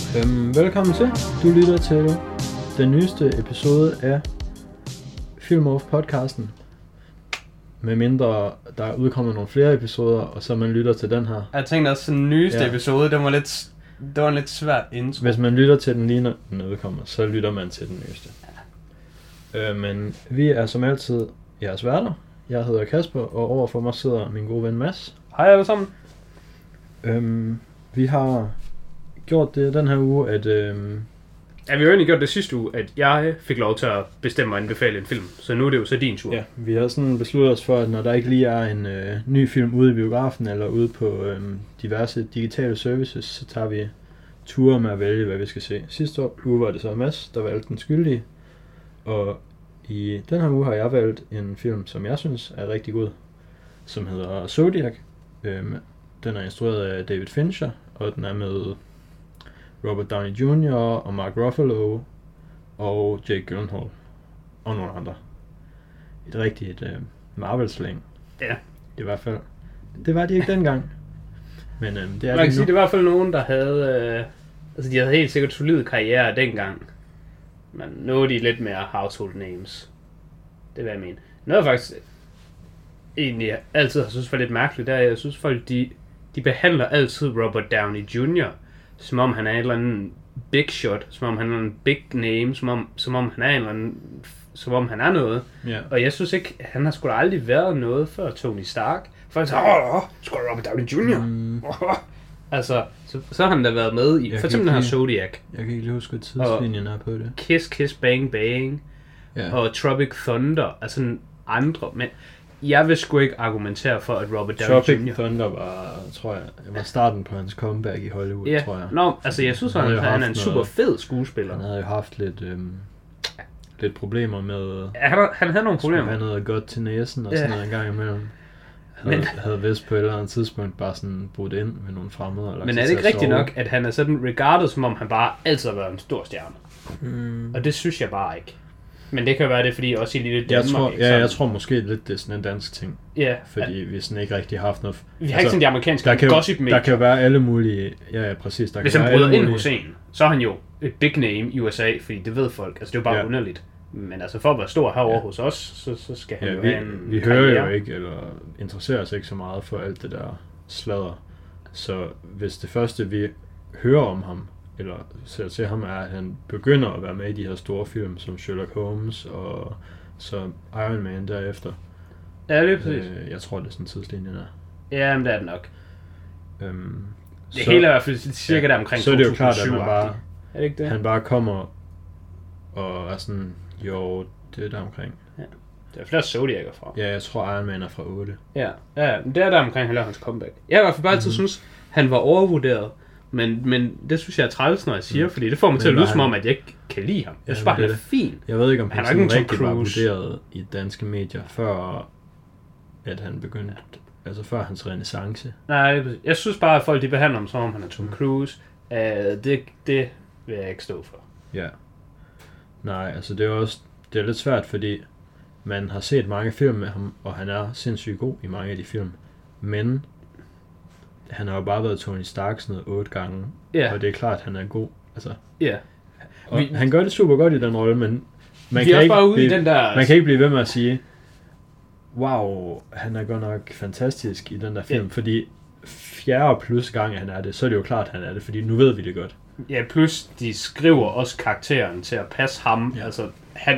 Velkommen til. Du lytter til den nyeste episode af Film Off podcasten. Med mindre der er udkommet nogle flere episoder, og så man lytter til den her. Jeg tænkte også, den nyeste episode, det var en lidt svært intro. Hvis man lytter til den lige når den udkommer, så lytter man til den nyeste. Men vi er som altid jeres værter. Jeg hedder Kasper, og overfor mig sidder min gode ven Mads. Hej alle sammen. Vi har gjort det den her uge, at... Ja, vi har jo egentlig gjort det sidste uge, at jeg fik lov til at bestemme og anbefale en film. Så nu er det jo så din tur. Ja, vi har sådan besluttet os for, at når der ikke lige er en ny film ude i biografen, eller ude på diverse digitale services, så tager vi ture med at vælge, hvad vi skal se. Sidste uge var det så Mads, der valgte Den Skyldige. Og i den her uge har jeg valgt en film, som jeg synes er rigtig god, som hedder Zodiac. Den er instrueret af David Fincher, og den er med Robert Downey Jr. og Mark Ruffalo og Jake Gyllenhaal og nogle andre. Et rigtigt Marvel-slæng. Ja. I hvert fald. Det var de ikke dengang. Men det er man kan sige, det er i hvert fald nogen, der havde... de havde helt sikkert solid karriere dengang. Men nu er de lidt mere household names. Det er, hvad jeg mener. Noget jeg faktisk egentlig altid har synes var lidt mærkeligt, der jeg synes folk, de behandler altid Robert Downey Jr., som om han er en eller anden big shot, som om han er en big name, som om han er en eller anden, som om han er noget. Yeah. Og jeg synes ikke, han har sgu da aldrig været noget før Tony Stark. Folk siger, sgu da Robert Downey Jr. Altså, så har han da været med i, for eksempel den her Zodiac. Jeg kan ikke lige huske, hvad tidslinjen er på det. Kiss Kiss Bang Bang, og Tropic Thunder, altså andre, men jeg vil sgu ikke argumentere for, at Robert Downey Jr. Tropic Thunder var, tror jeg, var starten på hans comeback i Hollywood, tror jeg. Altså jeg synes, han er en super fed skuespiller. Han havde jo haft lidt problemer med... Han havde nogle problemer. Han havde godt til næsen og sådan noget en gang imellem. Havde vist på et eller andet tidspunkt bare sådan brudt ind med nogle fremmede. Men er det ikke rigtigt nok, at han er sådan regarded, som om han bare altid har været en stor stjerne? Og det synes jeg bare ikke. Men det kan jo være det, fordi også i lille Danmark... Jeg tror måske lidt, det er sådan en dansk ting. Ja. Fordi vi sådan ikke rigtig har haft noget... Vi har ikke sådan de amerikanske gossip-medier. Der kan jo være alle mulige... Ja, præcis. Hvis han bryder ind hos en, så er han jo et big name i USA, fordi det ved folk. Altså det er jo bare underligt. Men altså for at være stor herovre hos os, så skal han jo have en vi hører jo ikke, eller interesserer os ikke så meget for alt det der sladder. Så hvis det første, vi hører om ham, eller ser til ham, er, at han begynder at være med i de her store film, som Sherlock Holmes og så Iron Man derefter. Ja, det er præcis. Jeg tror, det er sådan tidslinjen er. Ja, men det er det nok. Det hele er i hvert fald cirka der omkring 2007. Så er det jo klart, at man bare, er det ikke det? Han bare kommer og er sådan, jo, det er der omkring. Ja. Der er flere Zodiac'er fra. Ja, jeg tror Iron Man er fra 8. Ja, det er der omkring, han laver hans comeback. Jeg har i hvert fald bare altid synes, han var overvurderet. Men det synes jeg er træls, når jeg siger, fordi det får mig til at lyde som om, at jeg ikke kan lide ham. Jeg synes bare, han er fin. Jeg ved ikke, om han sådan rigtig var vurderet i danske medier, før at han begyndte, altså før hans renaissance. Nej, jeg synes bare, at folk de behandler ham, som om han er Tom Cruise. Det vil jeg ikke stå for. Ja. Nej, altså det er lidt svært, fordi man har set mange film med ham, og han er sindssygt god i mange af de film. Men han har jo bare været Tony Stark sådan noget 8 gange, og det er klart, at han er god. Altså, han gør det super godt i den rolle, men man kan ikke blive ved med at sige, wow, han er godt nok fantastisk i den der film, fordi 4+ gang han er det, så er det jo klart, at han er det, fordi nu ved vi det godt. Ja, plus de skriver også karakteren til at passe ham. Ja. Altså,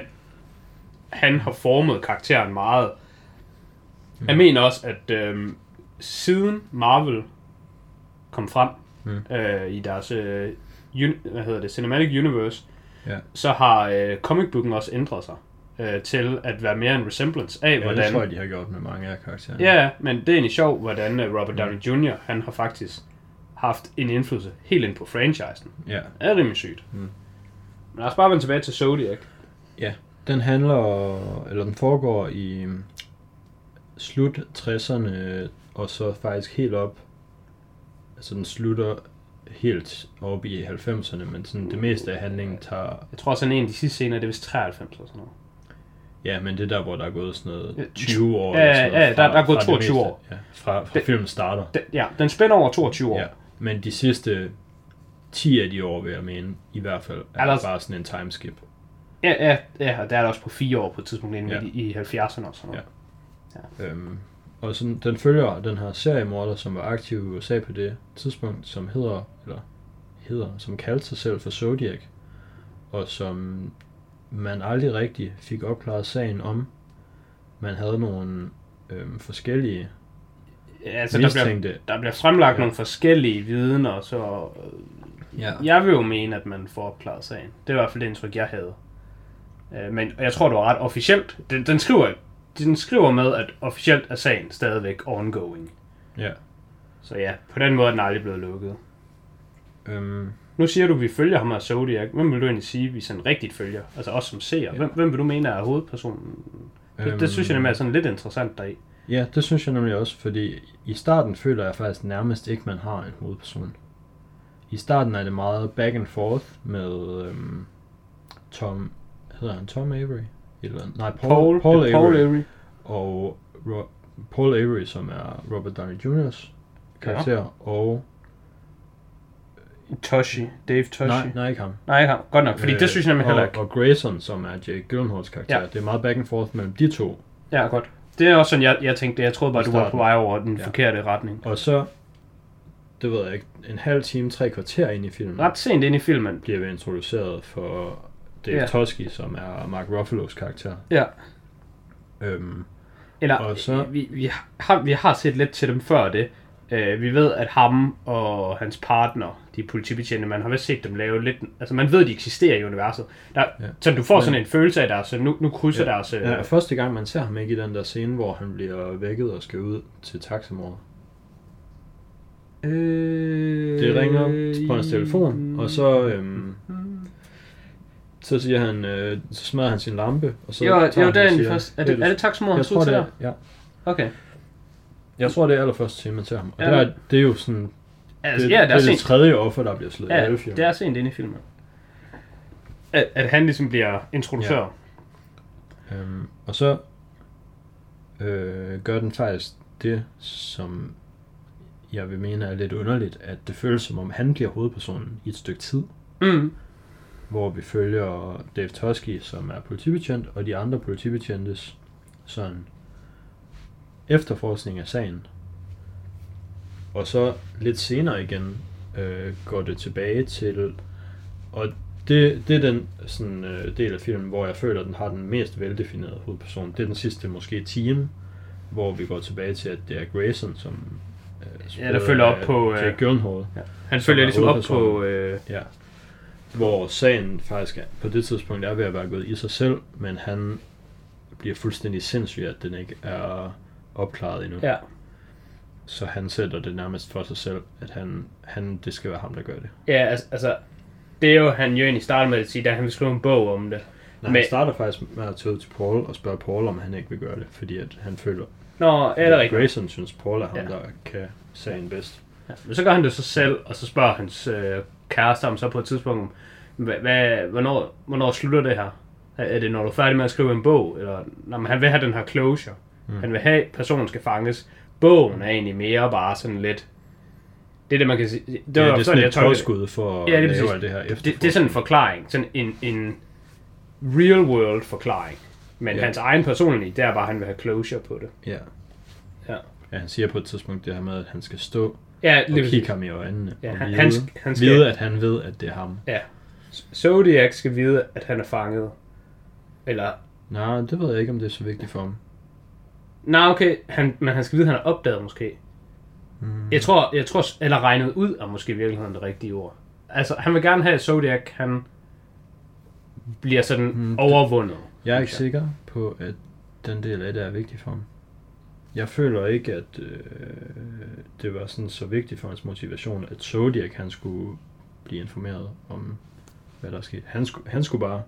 han har formet karakteren meget. Jeg mener også, at siden Marvel kom frem i deres Cinematic Universe, så har comicbooken også ændret sig til at være mere en resemblance af, hvordan... det tror jeg, de har gjort med mange af karaktererne. Ja, men det er egentlig sjovt, hvordan Robert Downey Jr., han har faktisk haft en indflydelse helt ind på franchisen. Ja. Det er rimelig sygt. Men lad os bare vende tilbage til Zodiac. Ja, den foregår i slut 60'erne, og så faktisk helt op, altså den slutter helt op i 90'erne, men sådan det meste af handlingen tager... Jeg tror sådan en af de sidste scener, det er vist 93 eller sådan noget. Ja, men det er der, hvor der er gået sådan noget 20 år. Ja, der er gået 22 år. Ja, fra filmen starter. Den spænder over 22 år. Ja, men de sidste 10 af de år, vil jeg mene, i hvert fald, er der bare sådan en timeskip. Ja, og der er der også på 4 år på et tidspunkt i 70'erne og sådan noget. Ja. Og sådan, den følger den her seriemorder, som var aktiv i USA på det tidspunkt, som som kaldte sig selv for Zodiac, og som man aldrig rigtig fik opklaret sagen om. Man havde nogle forskellige mistænkte. Der bliver fremlagt nogle forskellige viden, så jeg vil jo mene, at man får opklaret sagen. Det er i hvert fald det indtryk, jeg havde. Men jeg tror, det var ret officielt. Den skriver med, at officielt er sagen stadigvæk ongoing. Ja. Så ja, på den måde er den aldrig blevet lukket. Nu siger du, at vi følger ham af Zodiac. Hvem vil du egentlig sige, at vi sådan rigtigt følger? Altså os som seer. Ja. Hvem vil du mene er hovedpersonen? Det synes jeg nemlig er sådan lidt interessant deri. Ja, det synes jeg nemlig også, fordi i starten føler jeg faktisk nærmest ikke, man har en hovedperson. I starten er det meget back and forth med Tom Avery? Paul Avery. Og Paul Avery, som er Robert Downey Jr.'s karakter, og Dave Toschi. Nej, ikke ham. Godt nok, fordi det synes jeg nemlig heller ikke. Og Grayson, som er Jake Gyllenhaals karakter. Ja. Det er meget back and forth mellem de to. Ja, godt. Det er også sådan, jeg tænkte, jeg troede bare, du var på vej over den forkerte retning. Og så, det ved jeg ikke, en halv time, 3 kvarter ind i filmen. Ret sent ind i filmen. Bliver vi introduceret for Dave Toschi, som er Mark Ruffalo's karakter. Ja. Og så, vi har set lidt til dem før det. Vi ved, at ham og hans partner, de politibetjente, man har vist set dem lave lidt... Altså, man ved, de eksisterer i universet. Så du får sådan en følelse af deres... Nu krydser deres... Ja, første gang, man ser ham ikke i den der scene, hvor han bliver vækket og skal ud til taxamordet. Det ringer på hans telefon, og så... så siger han... så smadrer han sin lampe, og så... Jo, det er den først. Er det taxamordet, han tror det? Ja. Okay. Jeg tror, det er allerførst til, man ser ham. Og det er jo sådan... Altså, det er det tredje offer, der bliver slået i alle filmen. Det er sent inde i filmen. At han ligesom bliver introduceret. Ja. Og så gør den faktisk det, som jeg vil mene er lidt underligt, at det føles som om, han bliver hovedpersonen i et stykke tid. Hvor vi følger Dave Toschi, som er politibetjent, og de andre politibetjentes sådan efterforskning af sagen. Og så lidt senere igen går det tilbage til, og det er den sådan, del af filmen, hvor jeg føler, at den har den mest veldefinerede hovedperson. Det er den sidste måske time, hvor vi går tilbage til, at det er Grayson, som der følger op på Jake Gyllenhaal. Han følger ligesom op på hvor sagen faktisk på det tidspunkt er ved at være gået i sig selv, men han bliver fuldstændig sindssyg, at den ikke er opklaret endnu. Ja. Så han sætter det nærmest for sig selv, at det skal være ham, der gør det. Ja, altså det er jo, han jo egentlig starter med at sige, da han vil skrive en bog om det. Nej, han starter faktisk med at tage ud til Paul og spørge Paul, om han ikke vil gøre det, fordi at han føler, at Grayson synes, Paul er ham, der kan sagen bedst. Ja, men så gør han det så selv, og så spørger hans kæreste ham så på et tidspunkt, hvornår slutter det her? Er det, når du er færdig med at skrive en bog? Eller, han vil have den her closure. Han vil have, at personen skal fanges. Bogen er egentlig mere bare sådan lidt... Det er det, man kan sige... Det er sådan et påskud for at lave det her efterforskning. Det er sådan en forklaring. Sådan en real world forklaring. Men hans egen personlige, det er bare, at han vil have closure på det. Ja, han siger på et tidspunkt det her med, at han skal stå og kigge ham i øjnene. Ja, og vide, at han ved, at det er ham. Ja. Zodiac skal vide, at han er fanget. Eller... Nej, det ved jeg ikke, om det er så vigtigt for ham. Nej, okay. Men han skal vide, at han er opdaget måske. Jeg tror, eller regnet ud er måske i virkeligheden det rigtige ord. Altså, han vil gerne have, at Zodiac, han bliver sådan overvundet. Jeg er ikke sikker på, at den del af det er vigtig for ham. Jeg føler ikke, at det var sådan så vigtigt for hans motivation, at Zodiac, han skulle blive informeret om, hvad der skete. Han skulle bare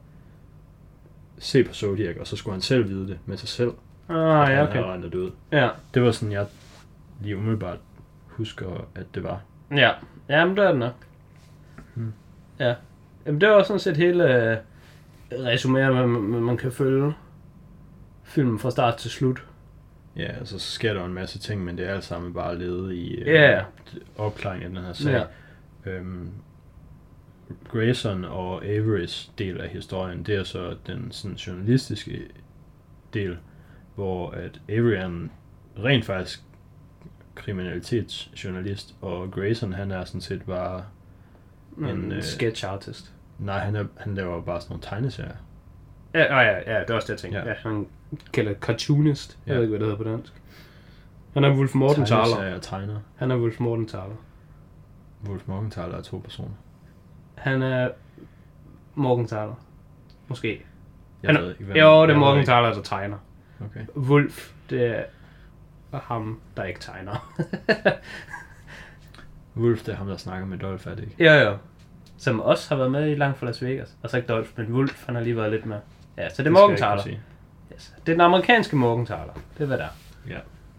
se på Zodiac, og så skulle han selv vide det med sig selv. Okay. Han havde regnet det ud. Ja. Det var sådan, jeg lige umiddelbart husker, at det var. Ja, men det er det nok. Ja. Jamen, det var sådan set hele resumeret, man kan følge filmen fra start til slut. Ja, altså så sker der en masse ting, men det er alt sammen bare ledet i opklaringen af den her sag. Grayson og Averys del af historien, det er så den sådan journalistiske del, hvor at Avery er en rent faktisk kriminalitetsjournalist, og Grayson, han er sådan set bare en sketch artist. Nej, han laver bare sådan nogle tegneserier. Ja, det er også det, jeg tænker. Ja, han kalder cartoonist. Jeg ved ikke, hvad det hedder på dansk. Han er Wolf Morgenthaler. Tegneserier og tegner. Han er Wolf Morgenthaler. Wolf Morgenthaler er 2 personer. Han er Morgenthaler. Måske. Jeg ved ikke, jo, det er Morgenthaler, der tegner. Okay. Wolf, det er ham, der ikke tegner. Wolf, det er ham, der snakker med Dolph, er det ikke? Ja. Som også har været med i Langt fra Las Vegas. Altså ikke Dolph, men Wolf, han har lige været lidt med. Ja, så det er Morgenthaler. Yes. Det er den amerikanske Morgenthaler. Det er hvad der er.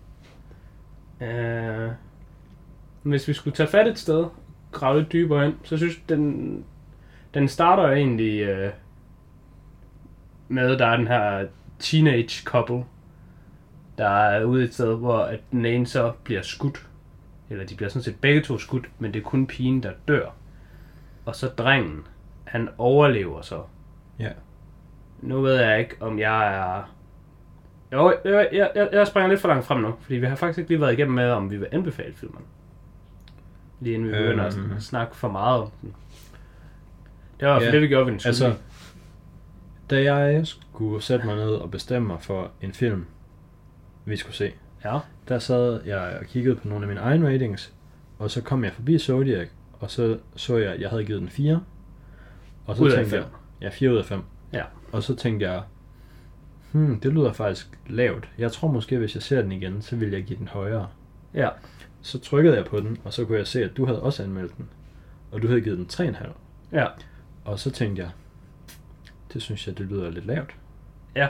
Ja. Hvis vi skulle tage fat et sted, grave lidt dybere ind, så synes jeg, den starter egentlig med, der er den her teenage couple, der er ude et sted, hvor at den ene så bliver skudt. Eller de bliver sådan set begge to skudt, men det er kun pigen, der dør. Og så drengen, han overlever så. Ja. Nu ved jeg ikke, om jeg er... Jo, jeg springer lidt for langt frem nu, fordi vi har faktisk ikke lige været igennem med, om vi vil anbefale filmen. Lige inden vi begynder at snakke for meget om den. Det var det, vi gjorde ved den altså, da jeg skulle sætte mig ned og bestemme mig for en film, vi skulle se, der sad jeg og kiggede på nogle af mine egne ratings, og så kom jeg forbi Zodiac, og så jeg, at jeg havde givet den 4. Og så tænkte jeg, ja, 4 ud af 5. Ja. Og så tænkte jeg, det lyder faktisk lavt. Jeg tror måske, hvis jeg ser den igen, så vil jeg give den højere. Ja. Så trykkede jeg på den, og så kunne jeg se, at du havde også anmeldt den. Og du havde givet den 3,5. Ja. Og så tænkte jeg, det synes jeg, det lyder lidt lavt. Ja.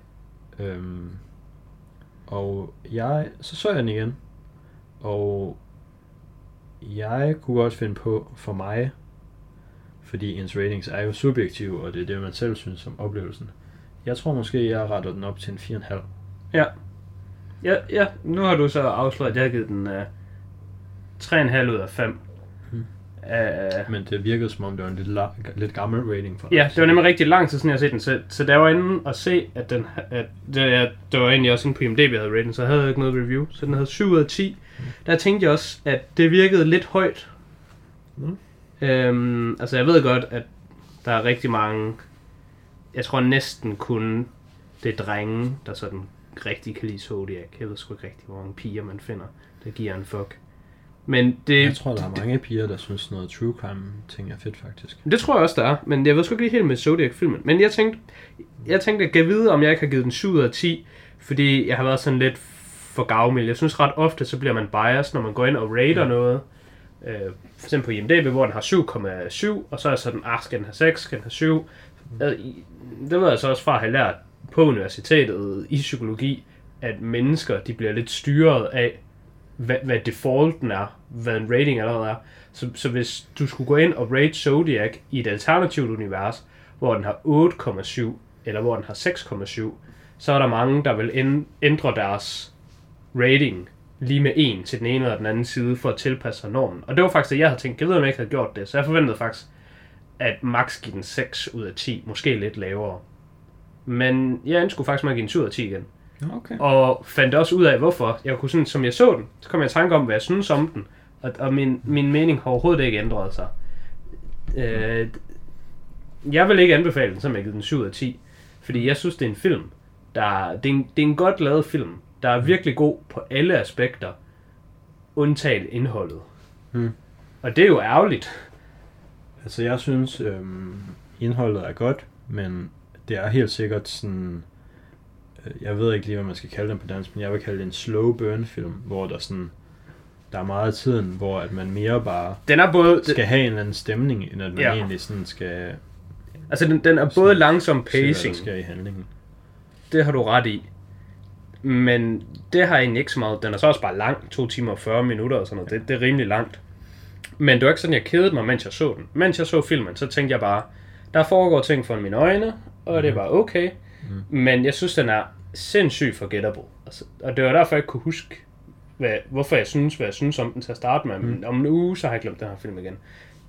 Og så jeg den igen. Og jeg kunne godt finde på, for mig, fordi ens ratings er jo subjektive, og det er det, man selv synes om oplevelsen. Jeg tror måske, jeg retter den op til en 4,5. Ja. Ja, nu har du så afsløret, at jeg har givet den 3,5 ud af 5. Men det virkede som om, det var en lidt gammel rating for dig. Ja, det var nemlig rigtig lang tid siden, jeg har set den. Så der var inde og se, at det var egentlig også en på IMDb, jeg havde rating, så jeg havde ikke noget review. Så den havde 7 ud af 10. Der tænkte jeg også, at det virkede lidt højt. Altså jeg ved godt, at der er rigtig mange, jeg tror næsten kun det er drenge, der sådan rigtig kan lide Zodiac. Jeg ved sgu ikke rigtig, hvor mange piger man finder, der giver en fuck. Men det, jeg tror, der er mange piger, der synes noget true crime ting er fedt faktisk. Det tror jeg også, der er, men jeg ved sgu ikke lige helt med Zodiac-filmen. Men jeg tænkte at jeg vide, om jeg ikke har givet den 7 ud af 10, fordi jeg har været sådan lidt for gavmild. Jeg synes ret ofte, så bliver man biased, når man går ind og rater noget. For eksempel på IMDb, hvor den har 7,7, og så er sådan, skal den have 6, skal den have 7. Det ved jeg så også fra at have lært på universitetet i psykologi, at mennesker, de bliver lidt styret af, hvad defaulten er, hvad en rating allerede er. Så hvis du skulle gå ind og rate Zodiac i et alternativt univers, hvor den har 8,7, eller hvor den har 6,7, så er der mange, der vil ændre deres rating lige med 1 til den ene eller den anden side, for at tilpasse sig normen. Og det var faktisk det, jeg havde tænkt. Jeg ved, om jeg ikke havde gjort det. Så jeg forventede faktisk, at max give den 6 ud af 10. Måske lidt lavere. Men jeg ønskede faktisk, at man give den 7 ud af 10 igen. Okay. Og fandt også ud af, hvorfor. Jeg kunne sådan, som jeg så den, så kom jeg i tanke om, hvad jeg synes om den. Og min mening har overhovedet ikke ændret sig. Jeg vil ikke anbefale den, som jeg givet den 7 ud af 10. Fordi jeg synes, det er en film. Det er en godt lavet film, der er virkelig god på alle aspekter, undtaget indholdet. Og det er jo ærgerligt. Altså jeg synes, indholdet er godt, men det er helt sikkert sådan, jeg ved ikke lige, hvad man skal kalde den på dansk, men jeg vil kalde det en slow burn film, hvor der er meget af tiden, hvor at man mere bare skal have en eller anden stemning, end at man egentlig sådan skal... Altså den er både langsom pacing. Se, hvad der sker i handlingen. Det har du ret i. Men det har egentlig ikke så meget. Den er så også bare lang, 2 timer og 40 minutter og sådan noget. Det er rimelig langt. Men det var ikke sådan, jeg kedede mig, mens jeg så den. Mens jeg så filmen, så tænkte jeg bare, der foregår ting for mine øjne, og det var okay. Men jeg synes, den er sindssygt forgettable. Altså, og det var derfor, jeg ikke kunne huske, hvorfor jeg synes, hvad jeg synes om den til at starte med. Men om en uge, så har jeg glemt den her film igen.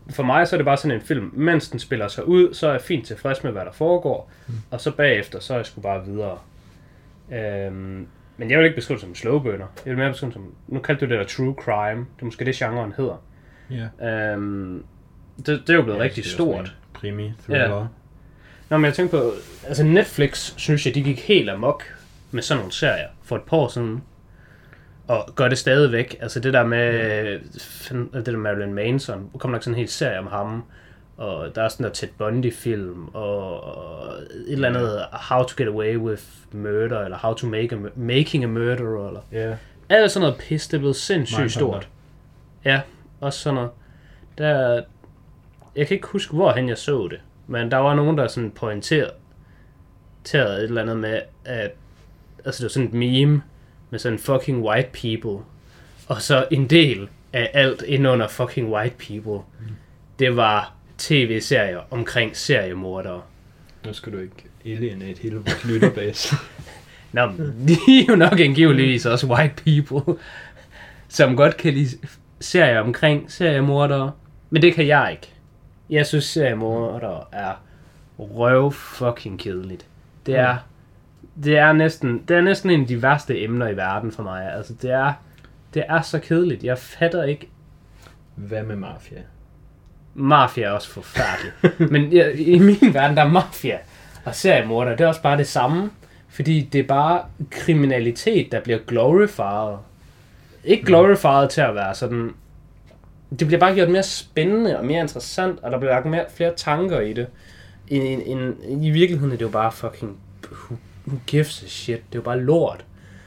for mig så er det bare sådan en film, mens den spiller sig ud, så er jeg fint tilfreds med, hvad der foregår, og så bagefter, så er jeg sgu bare videre. Men jeg vil ikke beskrive det som en slow burner. Jeg vil mere beskrive det som, nu kaldte du det der true crime, det er måske det, genren hedder. Ja. Det er jo blevet rigtig stort. Krimi, thriller. Ja. Nå, men jeg tænker på, altså Netflix, synes jeg, de gik helt amok med sådan nogle serier for et par år siden. Og gør det stadigvæk. Altså det der med, det der Marilyn Manson, der kommer nok sådan en hel serie om ham. Og der er sådan der Ted Bundy-film, og et eller andet How to Get Away with Murder, eller How to Making a Murderer, eller... Ja. Alt sådan noget pis, det er blevet sindssygt stort. Ja, også sådan noget. Der, jeg kan ikke huske, hvorhen jeg så det, men der var nogen, der sådan pointerede et eller andet med, at altså det var sådan et meme med sådan fucking white people, og så en del af alt indunder fucking white people, det var tv-serier omkring seriemordere. Nu skal du ikke alienate hele vores lytterbase. Nå, de er jo nok angiveligvis også white people, som godt kan lide serier omkring seriemordere, men det kan jeg ikke. Jeg synes, seriemordere er røv fucking kedeligt. Det er næsten en af de værste emner i verden for mig. Altså, det er så kedeligt. Jeg fatter ikke. Hvad med mafia? Mafia er også forfærdeligt. Men i min verden, der er mafia og seriemordere, det er også bare det samme. Fordi det er bare kriminalitet, der bliver glorified. Ikke glorified til at være sådan... Det bliver bare gjort mere spændende og mere interessant, og der bliver lagt flere tanker i det. I virkeligheden er det jo bare fucking... Who gives a shit? Det er jo bare lort.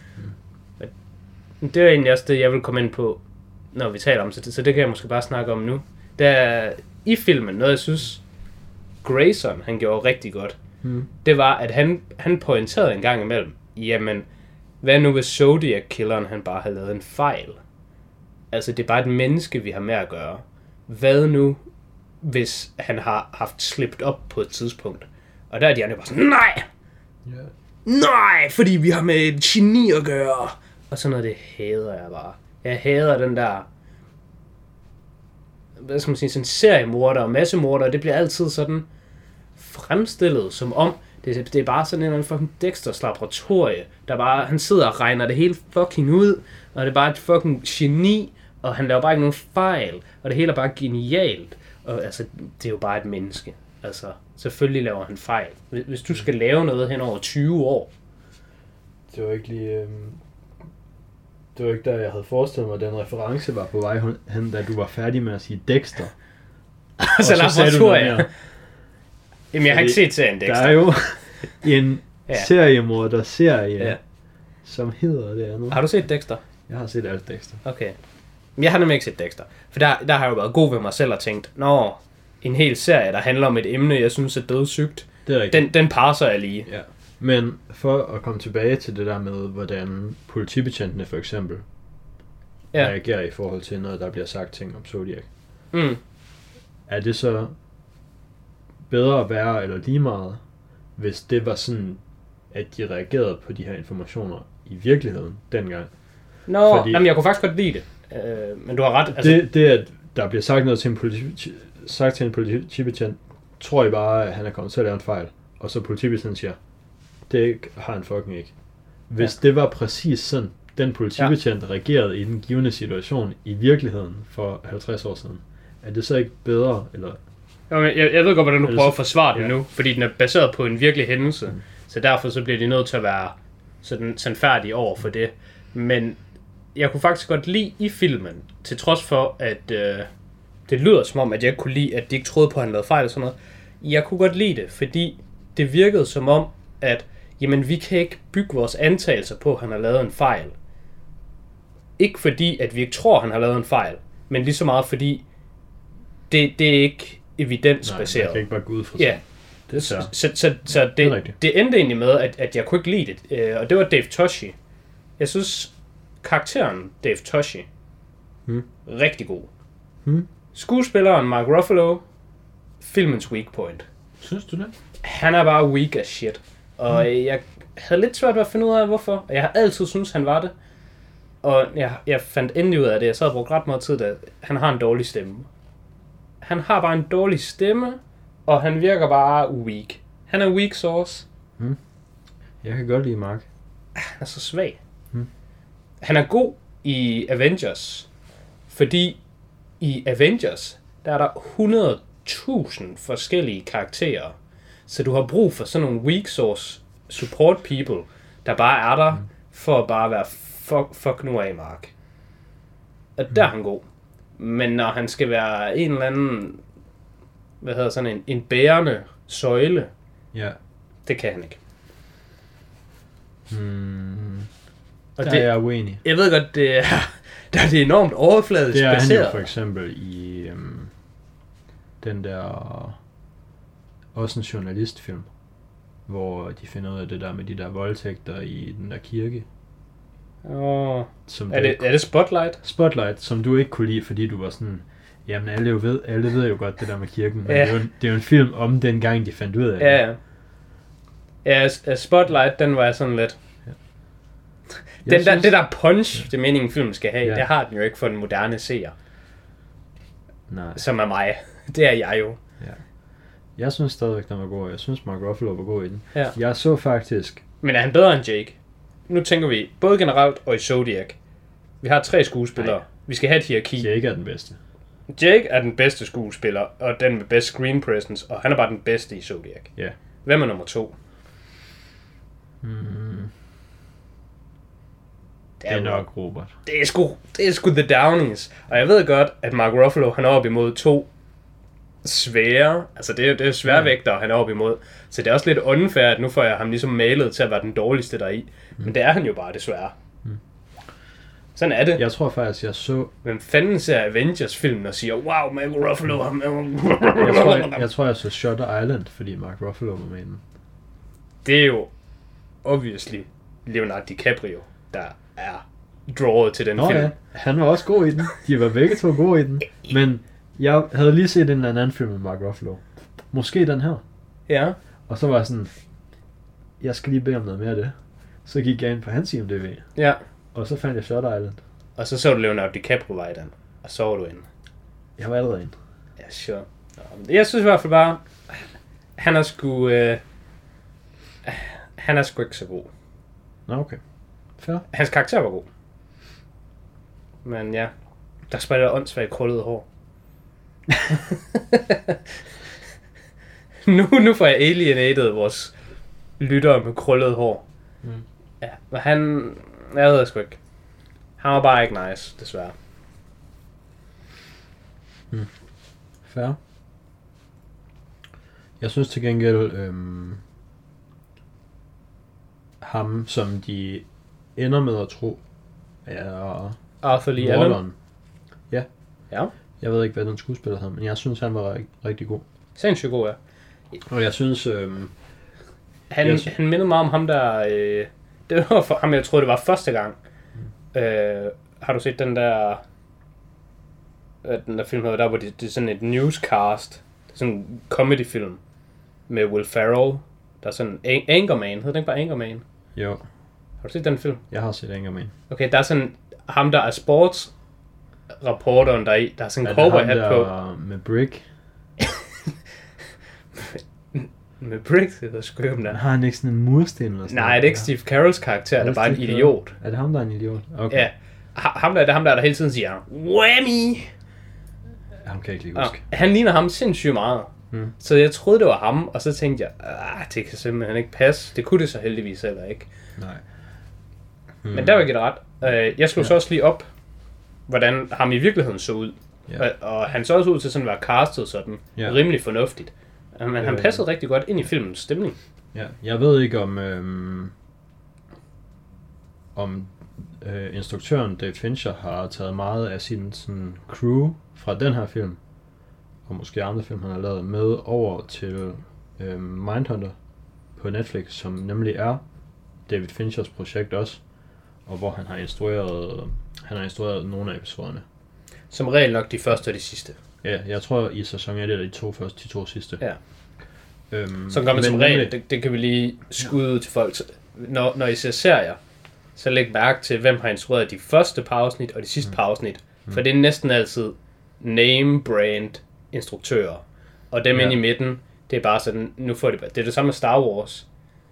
Det er egentlig også det, jeg vil komme ind på, når vi taler om det. Så det kan jeg måske bare snakke om nu. Der i filmen, noget jeg synes, Grayson, han gjorde rigtig godt, det var, at han pointerede en gang imellem, jamen, hvad nu hvis Zodiac-killeren, han bare havde lavet en fejl? Altså, det er bare et menneske, vi har med at gøre. Hvad nu, hvis han har haft slippet op på et tidspunkt? Og der er de andre bare sådan, nej! Yeah. Nej, fordi vi har med et geni at gøre. Og sådan noget, det hader jeg bare. Jeg hader den der, hvad skal man sige, sådan seriemorder og massemorder. Det bliver altid sådan fremstillet, som om det er bare sådan en eller anden fucking Dexters laboratorie, der bare, han sidder og regner det hele fucking ud, og det er bare et fucking geni, og han laver bare ikke nogen fejl, og det hele er bare genialt. Og altså, det er jo bare et menneske. Altså, selvfølgelig laver han fejl. Hvis du skal lave noget hen over 20 år. Det var ikke lige... Det var ikke der, jeg havde forestillet mig, at den reference var på vej hen, da du var færdig med at sige Dexter. Og så laboratorie. Jamen, jeg har ikke set serien Dexter. Der er jo en seriemorder-serie, som hedder det andet. Har du set Dexter? Jeg har set alt Dexter. Okay. Men jeg har nemlig ikke set Dexter. For der har jeg jo været god ved mig selv og tænkt, en hel serie, der handler om et emne, jeg synes er dødssygt. Det er rigtigt. Den passer jeg lige. Ja. Men for at komme tilbage til det der med, hvordan politibetjentene for eksempel reagerer i forhold til noget, der bliver sagt ting om Zodiac. Er det så bedre at være eller lige meget, hvis det var sådan, at de reagerede på de her informationer i virkeligheden dengang? Fordi, jamen jeg kunne faktisk godt lide det. Men du har ret. Altså, det at der bliver sagt noget til en politibetjent, tror I bare, at han er kommet til at lave en fejl. Og så politibetjenten siger, det har han fucking ikke. Hvis det var præcis sådan, den politibetjent reagerede i den givende situation i virkeligheden for 50 år siden, er det så ikke bedre? Eller? Jeg ved godt, hvordan du prøver at forsvare den nu, fordi den er baseret på en virkelig hændelse. Så derfor så bliver de nødt til at være sådan sandfærdige over for det. Men jeg kunne faktisk godt lide i filmen, til trods for, at det lyder som om, at jeg ikke kunne lide, at de ikke troede på, at han lavede fejl og sådan noget. Jeg kunne godt lide det, fordi det virkede som om, at jamen, vi kan ikke bygge vores antagelser på, at han har lavet en fejl. Ikke fordi, at vi ikke tror, at han har lavet en fejl, men lige så meget fordi, det er ikke evidensbaseret. Nej, man kan ikke bare gå ud fra sådan. Ja. Så det endte egentlig med, at jeg kunne ikke lide det. Og det var Dave Toschi. Jeg synes, karakteren Dave Toschi, rigtig god. Skuespilleren Mark Ruffalo, filmens weak point. Synes du det? Han er bare weak as shit. Og jeg havde lidt svært ved at finde ud af, hvorfor. Og jeg har altid syntes, han var det. Og jeg fandt endelig ud af det. Jeg sad og brugte ret meget tid, da han har en dårlig stemme. han har bare en dårlig stemme, og han virker bare weak. Han er weak sauce. Jeg kan godt lide Mark. Han er så svag. Han er god i Avengers, fordi i Avengers, der er der 100.000 forskellige karakterer. Så du har brug for sådan nogle weak sauce support people, der bare er der for at bare være fuck nu af, Mark. Og der er han god. Men når han skal være en eller anden, sådan en bærende søjle, det kan han ikke. Og der er jeg uenig. Jeg ved godt, det er enormt overfladisk baseret. Det er han jo for eksempel i den der, også en journalistfilm, hvor de finder ud af det der med de der voldtægter i den der kirke. Er det Spotlight? Spotlight, som du ikke kunne lide, fordi du var sådan, jamen alle ved jo godt det der med kirken, men det er jo en film om den gang, de fandt ud af det. Ja, Spotlight, den var sådan lidt... Det der punch, det meningen filmen skal have, det har den jo ikke for den moderne seer. Nej. Som er mig. Det er jeg jo. Ja. Jeg synes stadigvæk, den var god. Jeg synes, Mark Ruffalo var god i den. Ja. Jeg så faktisk... Men er han bedre end Jake? Nu tænker vi, både generelt og i Zodiac. Vi har 3 skuespillere. Vi skal have et hierarki. Jake er den bedste. Jake er den bedste skuespiller, og den med best screen presence, og han er bare den bedste i Zodiac. Ja. Hvem er nummer 2? Det er nok Robert. Det er sgu The Downies. Og jeg ved godt, at Mark Ruffalo, han er oppe imod 2 svære, altså det er sværvægtere, han er oppe imod. Så det er også lidt unfair, at nu får jeg ham ligesom malet til at være den dårligste deri. Men det er han jo bare, desværre. Sådan er det. Jeg tror faktisk, jeg så... Hvem fanden ser Avengers-filmen og siger, wow, Mark Ruffalo... jeg tror, jeg så Shutter Island, fordi Mark Ruffalo var med den. Det er jo obviously Leonardo DiCaprio, der er draget til den film. Ja, han var også god i den. De var begge to gode i den. Men jeg havde lige set en eller anden film med Mark Ruffalo. Måske den her. Ja. Og så var jeg sådan, jeg skal lige bede om noget mere af det. Så gik jeg ind på hans IMDb. Ja. Og så fandt jeg Shutter Island. Og så du Leonardo DiCaprio var i den. Og så var du inde. Jeg var allerede inde. Ja, sure. Jeg synes i hvert fald bare, han er sgu... han er sgu ikke så god. Nå, okay. Fair. Hans karakter var god. Men ja, der spiller åndssvagt krøllet hår. nu får jeg alienated vores lyttere med krøllet hår. Ja, men jeg ved sgu ikke. Han var bare ikke nice, desværre. Fair. Jeg synes til gengæld, ham, som de ender med at tro, er Arthur Lee Allen. Ja. Ja. Jeg ved ikke, hvad den skuespiller havde, men jeg synes, han var rigtig god. Sindssygt god, ja. Og jeg synes... Han mindede mig om ham, der... det var for ham, jeg troede, det var første gang. Har du set den der film, der hvor det er sådan et newscast, det er sådan en comedyfilm med Will Ferrell, der er sådan Anchorman, hedder den ikke bare Anchorman? Jo. Har du set den film? Jeg har set Anchorman. Okay, der er sådan ham, der er sportsreporteren deri, der er sådan en cowboy-hat på. Med Brick? Med Brick, det er sgu om der. Har han ikke sådan en mursten eller sådan? Nej, det er ikke Steve Carells karakter, der er bare en idiot. Er det ham, der er en idiot? Okay. Ja. Ham der hele tiden siger, whammy! Ham kan jeg ikke lige huske. Han ligner ham sindssygt meget. Så jeg troede, det var ham, og så tænkte jeg, det kan simpelthen ikke passe. Det kunne det så heldigvis heller ikke. Nej. Men der var ikke ret. Jeg slog så også lige op, hvordan ham i virkeligheden så ud. Ja. Og han så også ud til sådan at være castet sådan, rimelig fornuftigt. Men han passede rigtig godt ind i filmens stemning. Ja, jeg ved ikke om instruktøren Dave Fincher har taget meget af sin sådan, crew fra den her film, og måske andre film, han har lavet, med over til Mindhunter på Netflix, som nemlig er David Finchers projekt også, og hvor han har instrueret nogle af episoderne. Som regel nok de første og de sidste. Ja, jeg tror i sæson 1 er de 2 første, de 2 sidste. Ja. Så gør man som regel, det kan vi lige skyde ud til folk. Når I ser serier, så læg mærke til, hvem har instrueret de første par afsnit og de sidste par afsnit. For det er næsten altid name brand instruktører. Og dem inde i midten, det er bare sådan, nu får de, det er det samme med Star Wars.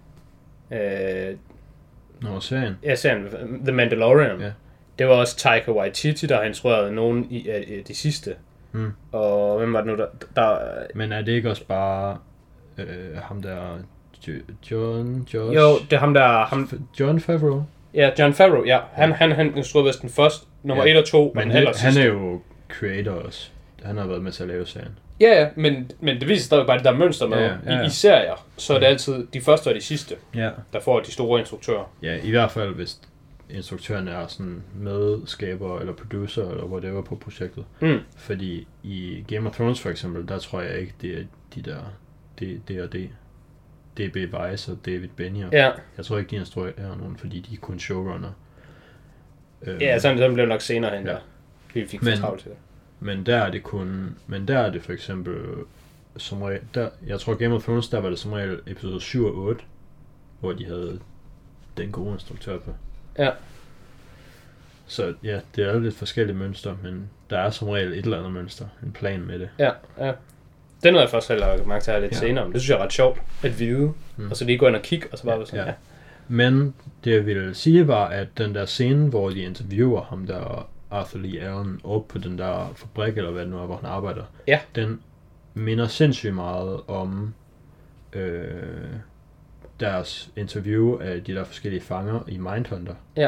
Serien? Ja, serien, The Mandalorian. Ja. Det var også Taika Waititi, der har instrueret nogen i de sidste. Og hvem var det nu, der... Men er det ikke også bare ham der... Josh? Jo, det er ham der... John Favreau? Ja, Jon Favreau, ja. Han instruerede vist den første, nummer 1 og 2, men han er jo creator også. Han har været med til at lave serien. Ja, men det viser stadig bare, at der er mønster med i serier. Så er det altid de første og de sidste, der får de store instruktører. Ja, i hvert fald hvis instruktøren er sådan medskaber eller producer eller whatever på projektet. Fordi i Game of Thrones for eksempel, der tror jeg ikke, det er de der D&D. D.B. Weiss og David Benioff. Ja. Jeg tror ikke, de instruerer nogen, fordi de er kun showrunner. Ja, sådan blev nok senere hen der. Vi fik for travlt til det. Men der er det for eksempel som regel, jeg tror Game of Thrones, der var det som regel episode 7 og 8, hvor de havde den gode instruktør på. Ja. Så ja, det er lidt forskellige mønstre, men der er som regel et eller andet mønster, en plan med det. Ja. Den har jeg først heller magt til lidt senere, men det synes jeg er ret sjovt at vide, og så lige gå ind og kigge, og så bare sådan, Men det jeg ville sige var, at den der scene, hvor de interviewer ham der, Arthur Lee Allen, op på den der fabrik, eller hvad det nu er, hvor han arbejder, den minder sindssygt meget om deres interview af de der forskellige fanger i Mindhunter. Ja.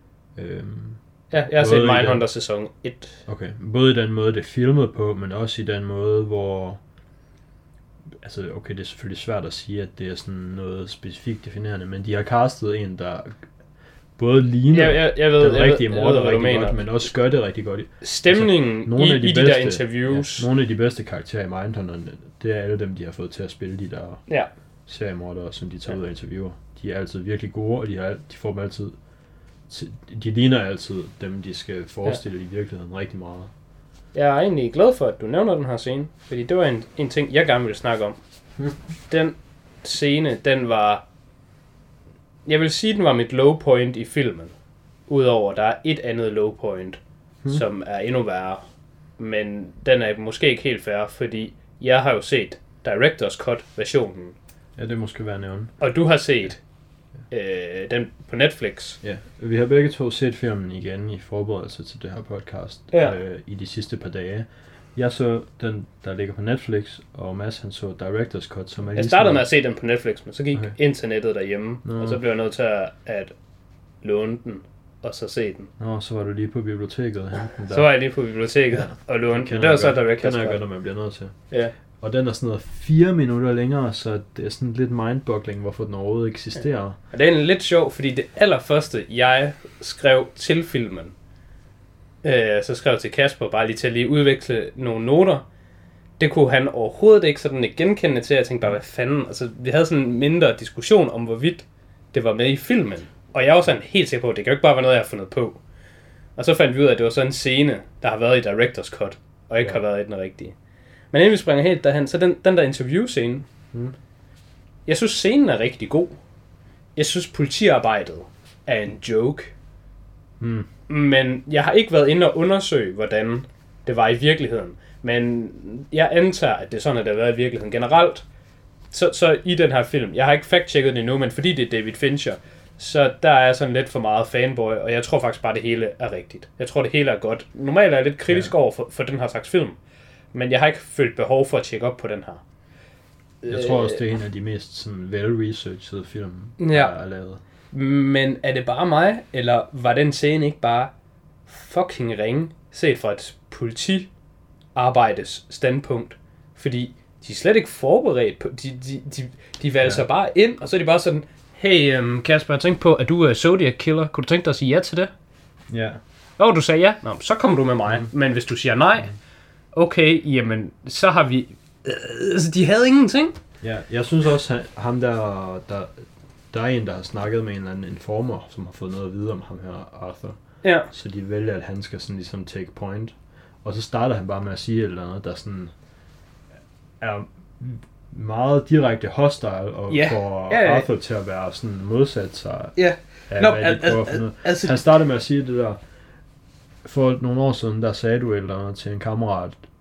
Jeg har set Mindhunter sæson 1. Okay, både i den måde, det er filmet på, men også i den måde, hvor... Altså, okay, det er selvfølgelig svært at sige, at det er sådan noget specifikt definerende, men de har castet en, der både ligner den rigtige morder rigtig godt, men også gør det rigtig godt. Stemningen altså, i de der interviews. Ja, nogle af de bedste karakterer i Mindhunter, det er alle dem, de har fået til at spille de der seriemordere, som de tager ud af interviewer. De er altid virkelig gode, og de får dem altid... De ligner altid dem, de skal forestille i virkeligheden rigtig meget. Jeg er egentlig glad for, at du nævner den her scene, fordi det var en ting, jeg gerne ville snakke om. Den scene, den var... Jeg vil sige, den var mit low point i filmen. Udover, der er et andet low point, som er endnu værre. Men den er måske ikke helt fair, fordi jeg har jo set Director's Cut-versionen. Ja, det måske være nævnt. Og du har set den på Netflix. Ja, vi har begge to set filmen igen i forberedelse til det her podcast i de sidste par dage. Jeg så den, der ligger på Netflix, og Mads han så Director's Cut, som er jeg startede med at se den på Netflix, men så gik internettet derhjemme, og så blev jeg nødt til at låne den, og så se den. Så var du lige på biblioteket og hente den der. Så var jeg lige på biblioteket og låne den. Det var så Director's Cut. Den er godt, når man bliver nødt til. Ja. Og den er sådan noget 4 minutter længere, så det er sådan lidt mindboggling, hvorfor den overhovedet eksisterer. Ja. Og det er lidt sjov, fordi det allerførste, jeg skrev til filmen, så skrev til Kasper, bare lige til at lige udveksle nogle noter. Det kunne han overhovedet ikke sådan genkende til. Jeg tænkte bare, hvad fanden? Altså, vi havde sådan en mindre diskussion om, hvorvidt det var med i filmen. Og jeg var sådan helt sikker på, at det kan jo ikke bare være noget, jeg har fundet på. Og så fandt vi ud af, at det var sådan en scene, der har været i Director's Cut, og ikke har været i den rigtige. Men inden vi springer helt derhen, så den der interview-scene, jeg synes scenen er rigtig god. Jeg synes politiarbejdet er en joke. Men jeg har ikke været inde og undersøge, hvordan det var i virkeligheden. Men jeg antager, at det er sådan, at det har været i virkeligheden generelt. Så i den her film, jeg har ikke fact-checket det endnu, men fordi det er David Fincher, så der er sådan lidt for meget fanboy, og jeg tror faktisk bare, det hele er rigtigt. Jeg tror, det hele er godt. Normalt er jeg lidt kritisk over for den her slags film. Men jeg har ikke følt behov for at tjekke op på den her. Jeg tror også, det er en af de mest sådan, well-researchede film, der er lavet. Men er det bare mig, eller var den scene ikke bare fucking ringe, set fra et politiarbejdes standpunkt? Fordi de er slet ikke forberedt på, de valgte bare ind, og så er de bare sådan, hey Kasper, jeg tænkte på, at du er Zodiac Killer, kunne du tænke dig at sige ja til det? Ja. Du sagde ja? Nå, så kommer du med mig. Men hvis du siger nej, okay, jamen, så har vi... altså, de havde ingenting. Ja, jeg synes også, ham der er en, der har snakket med en eller anden informer, som har fået noget at vide om ham her, Arthur. Ja. Så de vælger, at han skal sådan ligesom take point. Og så starter han bare med at sige et eller andet, der sådan er meget direkte hostile, og får Arthur til at være sådan modsat sig af, hvad de prøver at finde ud. Han starter med at sige det der, for nogle år siden, der sagde du et eller andet til en kammerat,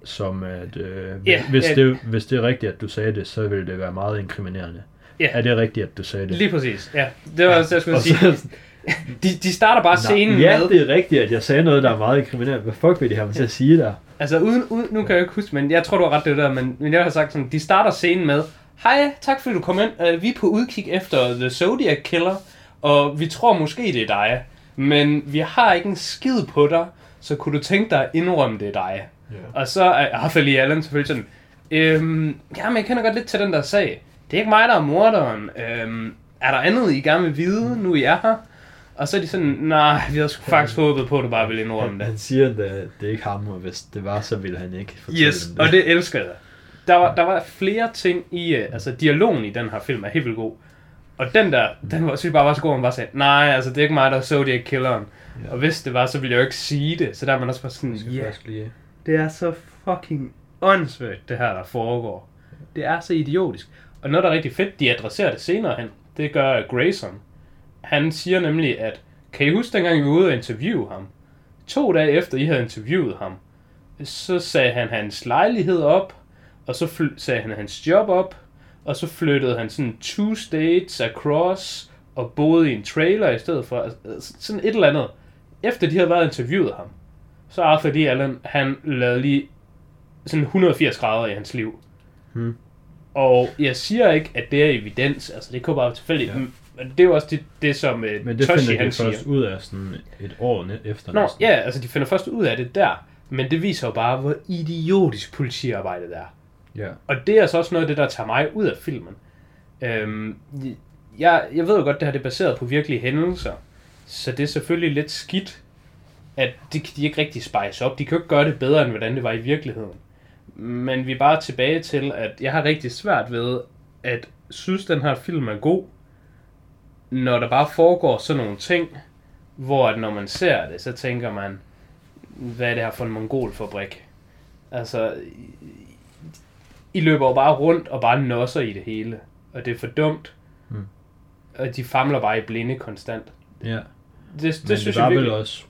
som at Ja, hvis det er rigtigt, at du sagde det, så vil det være meget inkriminerende. Ja. Er det rigtigt, at du sagde det? Lige præcis, ja. Det var også, jeg skulle sige. De starter bare scenen ja, med... det er rigtigt, at jeg sagde noget, der er meget inkriminerende. Hvad fuck vil de have mig til at sige der? Altså, nu kan jeg ikke huske, men jeg tror, du har ret det der, men jeg har sagt sådan, de starter scenen med, hej, tak fordi du kom ind, vi er på udkig efter The Zodiac Killer, og vi tror måske, det er dig, men vi har ikke en skid på dig, så kunne du tænke dig at indrømme, det er dig. Yeah. Og så er Arthur Lee Allen selvfølgelig sådan, jamen jeg kender godt lidt til den der sag. Det er ikke mig, der er morderen. Er der andet, I gerne vil vide, nu I er her? Og så er de sådan, nej, vi havde faktisk håbet på, at du bare ville indrømme det. Han siger, at det er ikke ham, og hvis det var, så ville han ikke fortælle yes, det. Og det elsker jeg. Der var flere ting i, altså dialogen i den her film er helt vildt god. Og den var, synes jeg bare var så god, at man bare sagde, nej, altså det er ikke mig, der er Zodiac Killeren. Ja. Og hvis det var, så ville jeg jo ikke sige det. Så der er man også bare sådan, det er så fucking åndssvagt, det her, der foregår. Det er så idiotisk. Og noget, der er rigtig fedt, de adresserer det senere hen, det gør Grayson. Han siger nemlig, at, kan I huske dengang, vi var ude og interviewe ham? 2 dage efter, I havde interviewet ham, så sagde han hans lejlighed op, og så sagde han hans job op, og så flyttede han sådan 2 states across, og boede i en trailer i stedet for, altså, sådan et eller andet. Efter de havde været interviewet ham, så Arthur Lee Allen, han lavede lige sådan 180 grader i hans liv. Og jeg siger ikke, at det er evidens, altså det kunne bare være tilfældigt, ja. Men det er jo også det som men det Toshi, finder de først ud af sådan et år efter. Nå, ja, altså de finder først ud af det der, men det viser jo bare, hvor idiotisk politiarbejde det er. Ja. Og det er altså også noget af det, der tager mig ud af filmen. Jeg ved jo godt, det her det er baseret på virkelige hændelser, så det er selvfølgelig lidt skidt, at det kan de ikke rigtig spice op. De kan jo ikke gøre det bedre, end hvordan det var i virkeligheden. Men vi er bare tilbage til, at jeg har rigtig svært ved, at synes, den her film er god, når der bare foregår sådan nogle ting, hvor at når man ser det, så tænker man, hvad er det her for en mongolfabrik? Altså, I løber jo bare rundt og bare nosser i det hele, og det er for dumt, og de famler bare i blinde konstant. Ja, det synes det jeg virkelig også,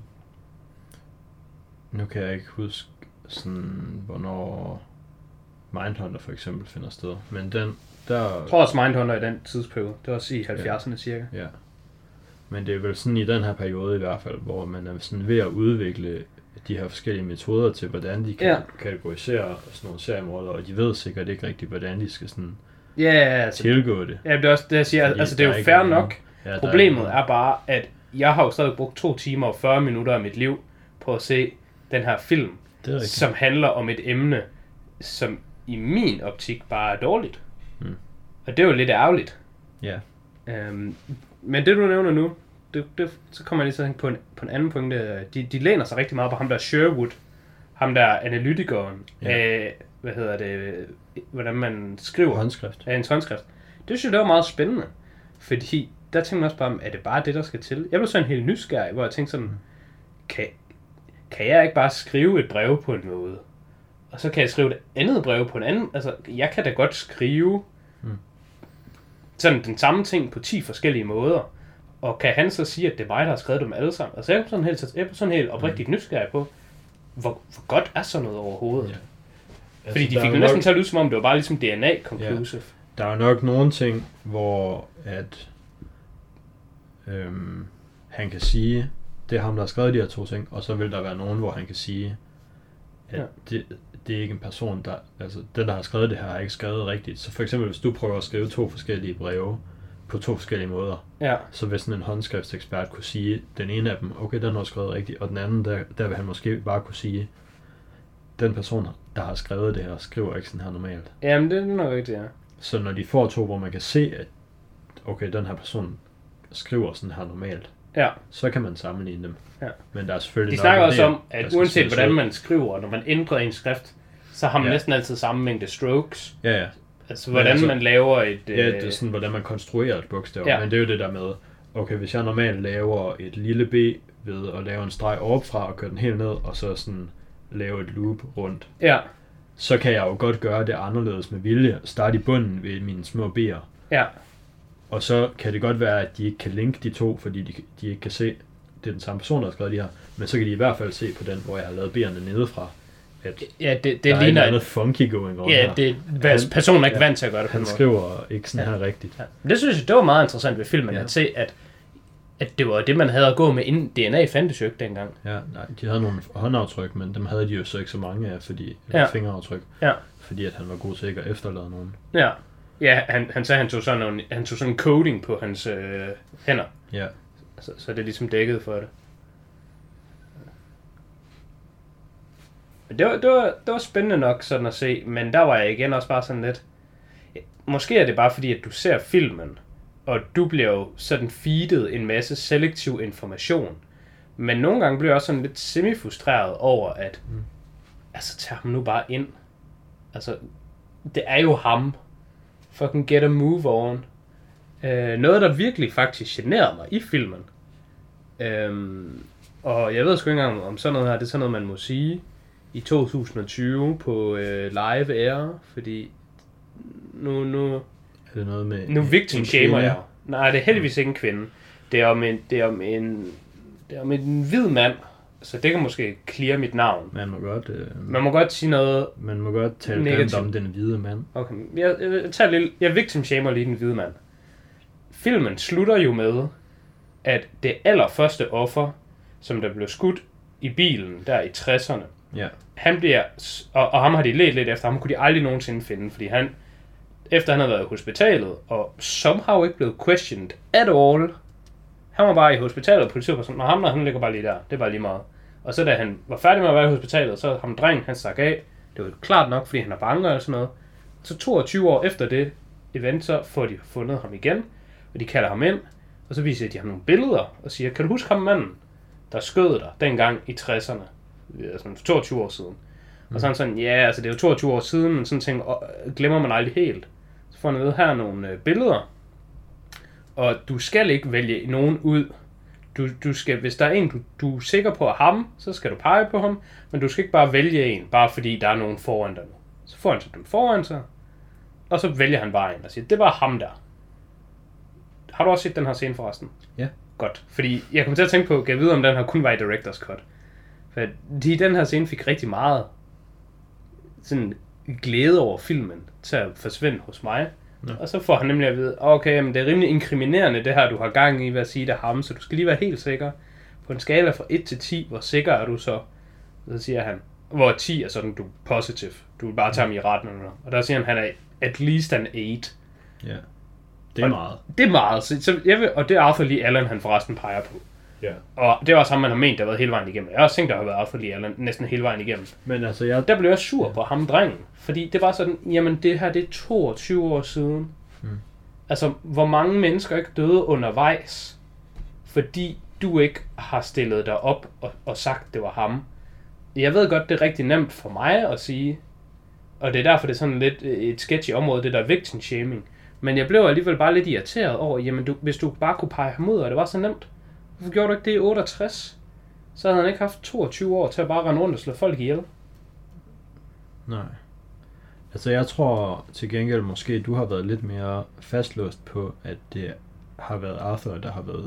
nu kan jeg ikke huske sådan, hvornår Mindhunter for eksempel finder sted, men den der... Jeg tror også Mindhunter i den tidsperiode. Det var også i 70'erne cirka. Ja. Men det er vel sådan i den her periode i hvert fald, hvor man er sådan ved at udvikle de her forskellige metoder til, hvordan de kan kategorisere sådan nogle seriemordere, og de ved sikkert ikke rigtigt, hvordan de skal sådan tilgå det. Ja, det er også det, jeg siger. Fordi altså, det er jo fair nok. Ja, problemet er bare, at jeg har jo stadig brugt 2 timer og 40 minutter af mit liv på at se den her film, som handler om et emne, som i min optik bare er dårligt. Og det er jo lidt ærgerligt. Ja. Men det du nævner nu, så kommer jeg lige til på en anden point. De læner sig rigtig meget på ham der Sherwood, ham der analytikeren af, hvordan man skriver. Håndskrift. Af en håndskrift. Det synes jeg, det var meget spændende. Fordi der tænkte man også bare, er det bare det, der skal til? Jeg blev sådan helt nysgerrig, hvor jeg tænkte sådan, kan jeg ikke bare skrive et brev på en måde? Og så kan jeg skrive et andet brev på en anden. Altså, jeg kan da godt skrive sådan den samme ting på 10 forskellige måder. Og kan han så sige, at det er mig, der har skrevet dem alle sammen? Altså, jeg er sådan helt oprigtigt nysgerrig på, hvor godt er sådan noget overhovedet? Ja. Altså, fordi de fik jo næsten til at lyde som om, det var bare ligesom DNA-conclusive. Ja. Der er nok nogle ting, hvor at han kan sige, det er ham, der har skrevet de her 2 ting, og så vil der være nogen, hvor han kan sige, at det er ikke en person, der, altså den, der har skrevet det her, har ikke skrevet rigtigt. Så for eksempel, hvis du prøver at skrive 2 forskellige breve på 2 forskellige måder, så vil sådan en håndskriftsekspert kunne sige, den ene af dem, okay, den har skrevet rigtigt, og den anden, der vil han måske bare kunne sige, den person, der har skrevet det her, skriver ikke sådan her normalt. Jamen, det er nok rigtigt, ja. Så når de får 2, hvor man kan se, at okay, den her person skriver sådan her normalt, så kan man sammenligne dem. Ja. Men der er selvfølgelig de snakker også om, at uanset hvordan man skriver, når man ændrer en skrift, så har man næsten altid samme mængde strokes. Ja. Altså hvordan man laver et... Ja, det er sådan, hvordan man konstruerer et bogstav. Men det er jo det der med, okay, hvis jeg normalt laver et lille b ved at lave en streg oppefra og køre den helt ned, og så sådan lave et loop rundt, så kan jeg jo godt gøre det anderledes med vilje. Starte i bunden ved mine små b'er. Ja. Og så kan det godt være, at de ikke kan linke de 2, fordi de ikke kan se, det er den samme person, der har skrevet de her. Men så kan de i hvert fald se på den, hvor jeg har lavet b'erne nedefra, at Ja, det der er ligner... et andet funky going on Ja, her. personen er ikke vant til at gøre det på Han en måde. skriver ikke sådan her rigtigt. Ja. Det synes jeg, det var meget interessant ved filmen, at se, at det var det, man havde at gå med, inden DNA fandtes jo ikke dengang. Ja, nej, de havde nogle håndaftryk, men dem havde de jo så ikke så mange af, fordi fingeraftryk. Ja. Fordi at han var god til ikke at efterlade nogen. Ja. Ja, han sagde, han tog sådan en coating på hans hænder. Ja. Så det er ligesom dækket for det. Det var spændende nok sådan at se, men der var jeg igen også bare sådan lidt... Måske er det bare fordi, at du ser filmen, og du bliver jo sådan feedet en masse selektiv information. Men nogle gange bliver jeg også sådan lidt semi-frustreret over, at... Altså, tag ham nu bare ind. Altså, det er jo ham. Fucking get a move on. Noget, der virkelig faktisk generede mig i filmen. Og jeg ved sgu ikke engang, om sådan noget her, det er sådan noget, man må sige i 2020 på live air, fordi nu Er det noget med... nu victim shamer jeg. Nej, det er heldigvis ikke en kvinde. Det er om en hvid mand, så det kan måske clear mit navn. Man må godt sige noget. Man må godt tale grimt om den hvide mand. Okay, jeg victim shamer lige den hvide mand. Filmen slutter jo med, at det allerførste offer, som der blev skudt i bilen der i 60'erne, han bliver, og ham har de let lidt efter, ham kunne de aldrig nogensinde finde, fordi efter han havde været i hospitalet, og somehow ikke blevet questioned at all, han var bare i hospitalet, og politiet var sådan, når han ligger bare lige der, det er bare lige meget. Og så da han var færdig med at være i hospitalet, så ham drengen, han stak af, det var klart nok, fordi han er bange og sådan noget. Så 22 år efter det event, så får de fundet ham igen, og de kalder ham ind, og så viser de ham nogle billeder, og siger, kan du huske ham manden, der skød dig dengang i 60'erne, altså 22 år siden. Og så er han sådan, ja, altså det er jo 22 år siden, men sådan ting glemmer man aldrig helt. Så får han ved her nogle billeder, og du skal ikke vælge nogen ud. Du skal, hvis der er en, du er sikker på at ham, så skal du pege på ham, men du skal ikke bare vælge en, bare fordi der er nogen foran dig nu. Så får han så dem foran sig, og så vælger han bare en og siger, det var ham der. Har du også set den her scene forresten? Ja. Godt, fordi jeg kom til at tænke på, kan jeg vide, om den her kun var i Director's Cut. For den her scene fik rigtig meget sådan glæde over filmen til at forsvinde hos mig. Ja. Og så får han nemlig at vide, okay, men det er rimelig inkriminerende det her, du har gang i ved at sige, det er ham, så du skal lige være helt sikker. På en skala fra 1 til 10, hvor sikker er du så? Så siger han, hvor 10 er sådan, du er positive. Du vil bare tage ham i retten. Og der siger han er at least an 8. Ja, det er meget. Det er meget, og det er Arthur Lee Allen, han forresten peger på. Ja. Og det er også ham, man har ment, der har været hele vejen igennem. Jeg har også tænkt, der har været Arthur Lee Allen næsten hele vejen igennem. Men altså, der blev jeg sur på ham, drengen. Fordi det var sådan, jamen det her, det er 22 år siden. Altså, hvor mange mennesker ikke døde undervejs, fordi du ikke har stillet dig op og sagt, det var ham. Jeg ved godt, det er rigtig nemt for mig at sige, og det er derfor, det er sådan lidt et sketchy område, det der victim shaming. Men jeg blev alligevel bare lidt irriteret over, jamen hvis du bare kunne pege ham ud, og det var så nemt. Hvorfor gjorde du ikke det i 68? Så havde han ikke haft 22 år til at bare rende rundt og slå folk ihjel. Nej. Altså jeg tror til gengæld måske, du har været lidt mere fastlåst på, at det har været Arthur, der har været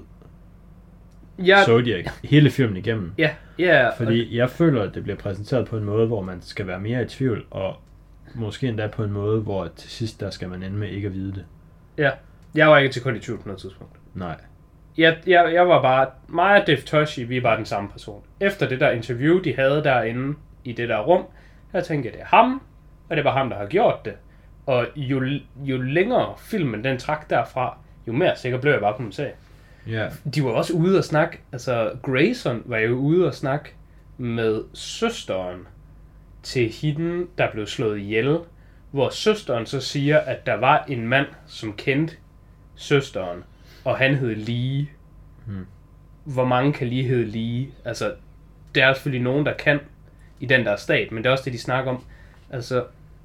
Zodiac hele filmen igennem. Ja. Fordi jeg føler, at det bliver præsenteret på en måde, hvor man skal være mere i tvivl, og måske endda på en måde, hvor til sidst der skal man ende med ikke at vide det. Ja, jeg var ikke til kun i tvivl på noget tidspunkt. Nej. Jeg var bare, mig og Dave Toschi, vi er bare den samme person. Efter det der interview, de havde derinde i det der rum, jeg tænkte, det er ham, og det var ham, der har gjort det. Og jo længere filmen den trak derfra, jo mere sikker blev jeg bare på min sag. Yeah. De var også ude og snakke, altså Grayson var jo ude og snakke med søsteren til hende, der blev slået ihjel, hvor søsteren så siger, at der var en mand, som kendte søsteren, og han hed Lee. Hvor mange kan lige hedde Lee? Altså, der er selvfølgelig nogen, der kan i den der stat, men det er også det, de snakker om. Altså,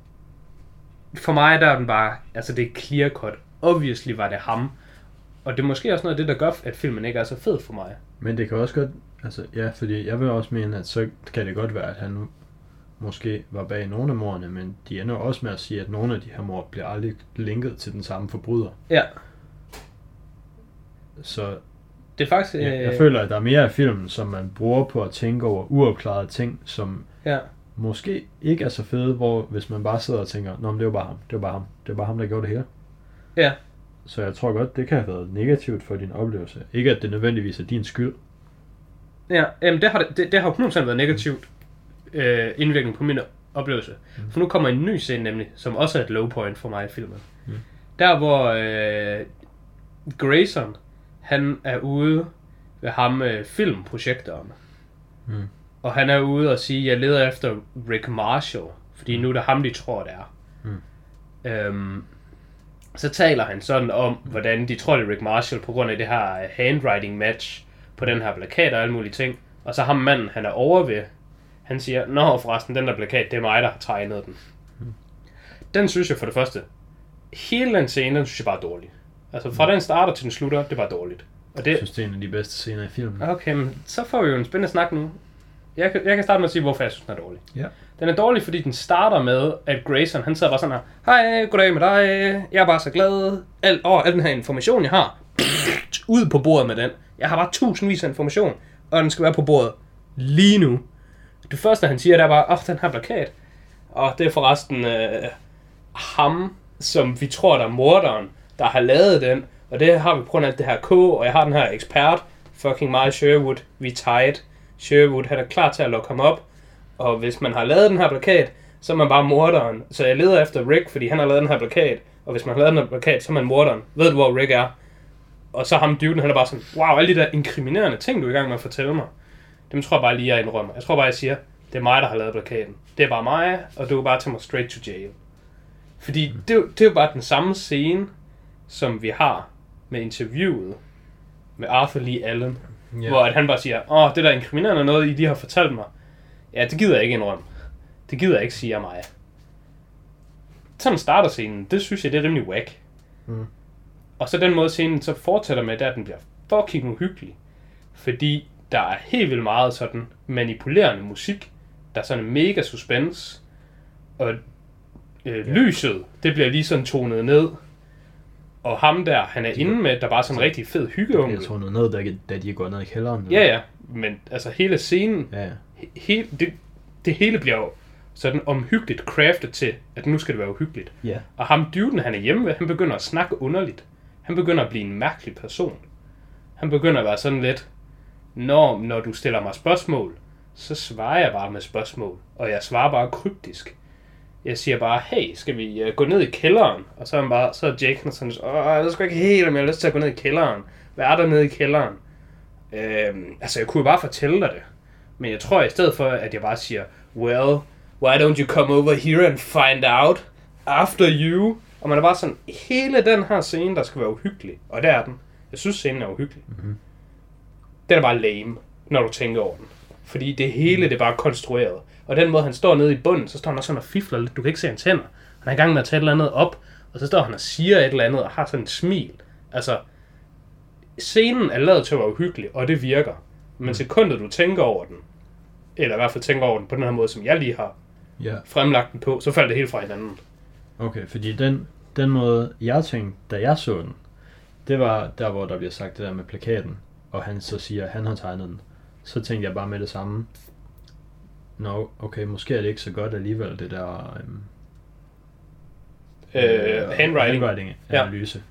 for mig der er den bare, altså det er clear cut. Obviously var det ham. Og det er måske også noget af det, der gør, at filmen ikke er så fed for mig. Men det kan også godt, altså ja, fordi jeg vil også mene, at så kan det godt være, at han måske var bag nogle af mordene, men de ender også med at sige, at nogle af de her mord bliver aldrig linket til den samme forbryder. Ja. Så det er faktisk, jeg føler, at der er mere af filmen, som man bruger på at tænke over uopklarede ting, som måske ikke er så fede, hvor hvis man bare sidder og tænker, nå, men det var bare ham, der gjorde det hele. Ja. Så jeg tror godt, det kan have været negativt for din oplevelse. Ikke at det nødvendigvis er din skyld. Ja, jamen det har 100% været negativt indvirkning på min oplevelse. For nu kommer en ny scene nemlig, som også er et low point for mig i filmen. Der hvor Grayson, han er ude ved ham filmprojekteren. Og han er ude og sige, jeg leder efter Rick Marshall, fordi nu er det ham, de tror, det er. Så taler han sådan om, hvordan de tror, det er Rick Marshall, på grund af det her handwriting match på den her plakat og alle mulige ting. Og så ham manden, han er over ved, han siger, nå forresten, den der plakat, det er mig, der har tegnet den. Den synes jeg for det første, hele den scene, den synes jeg bare er dårlig. Altså fra den starter til den slutter, det er bare dårligt. Og det... Jeg synes, det er en af de bedste scener i filmen. Okay, men så får vi jo en spændende snak nu. Jeg kan starte med at sige, hvorfor jeg synes, den er dårlig. Ja. Den er dårlig, fordi den starter med, at Grayson, han sidder bare sådan her, hej, goddag med dig, jeg er bare så glad, al den her information, jeg har, ud på bordet med den. Jeg har bare tusindvis af information, og den skal være på bordet lige nu. Det første, han siger, det er bare, den her plakat, og det er forresten ham, som vi tror, der er morderen, der har lavet den, og det har vi på grund af det her K, og jeg har den her ekspert, fucking Miles Sherwood, vi er tight. Sherwood, han er klar til at lukke ham op, og hvis man har lavet den her plakat, så er man bare morderen. Så jeg leder efter Rick, fordi han har lavet den her plakat, og hvis man har lavet den her plakat, så er man morderen. Ved du, hvor Rick er? Og så ham dyven, han er bare sådan, wow, alle de der inkriminerende ting, du er i gang med at fortælle mig, dem tror jeg bare lige, jeg indrømmer. Jeg tror bare, jeg siger, det er mig, der har lavet plakaten. Det er bare mig, og du er bare til mig straight to jail. Fordi det er jo bare den samme scene, som vi har med interviewet med Arthur Lee Allen. Yeah. Hvor at han bare siger, det der inkriminerende noget, I lige har fortalt mig. Ja, det gider jeg ikke indrømme. Det gider jeg ikke sige af mig. Sådan starter scenen, det synes jeg, det er rimelig whack. Og så den måde scenen så fortsætter med, at den bliver fucking uhyggelig. Fordi der er helt vildt meget sådan manipulerende musik, der er sådan en mega suspense. Og lyset, det bliver lige sådan tonet ned. Og ham der, han er inde med, der bare sådan en rigtig fed hyggeunge. Jeg tror noget ned, da de går ned i kælderen. Ja, men altså hele scenen, det hele bliver jo sådan omhyggeligt craftet til, at nu skal det være uhyggeligt. Ja. Og ham dyven, han er hjemme ved, han begynder at snakke underligt. Han begynder at blive en mærkelig person. Han begynder at være sådan lidt, når du stiller mig spørgsmål, så svarer jeg bare med spørgsmål. Og jeg svarer bare kryptisk. Jeg siger bare, hey, skal vi gå ned i kælderen? Og så er Jake sådan, jeg skal ikke helt, om jeg har lyst til at gå ned i kælderen. Hvad er der nede i kælderen? Altså, jeg kunne jo bare fortælle dig det. Men jeg tror, i stedet for, at jeg bare siger, well, why don't you come over here and find out after you? Og man er bare sådan, hele den her scene, der skal være uhyggelig. Og det er den. Jeg synes, scenen er uhyggelig. Den er bare lame, når du tænker over den. Fordi det hele, det er bare konstrueret. Og den måde, han står nede i bunden, så står han også sådan og fifler lidt. Du kan ikke se hans hænder. Han er i gang med at tage et eller andet op, og så står han og siger et eller andet, og har sådan et smil. Altså, scenen er lavet til at være uhyggelig, og det virker. Men sekundet, du tænker over den, eller i hvert fald tænker over den på den her måde, som jeg lige har fremlagt den på, så falder det helt fra hinanden. Okay, fordi den måde, jeg tænkte, da jeg så den, det var der, hvor der bliver sagt det der med plakaten, og han så siger, at han har tegnet den. Så tænkte jeg bare med det samme. Okay, måske er det ikke så godt alligevel, det der handwriting-analyse.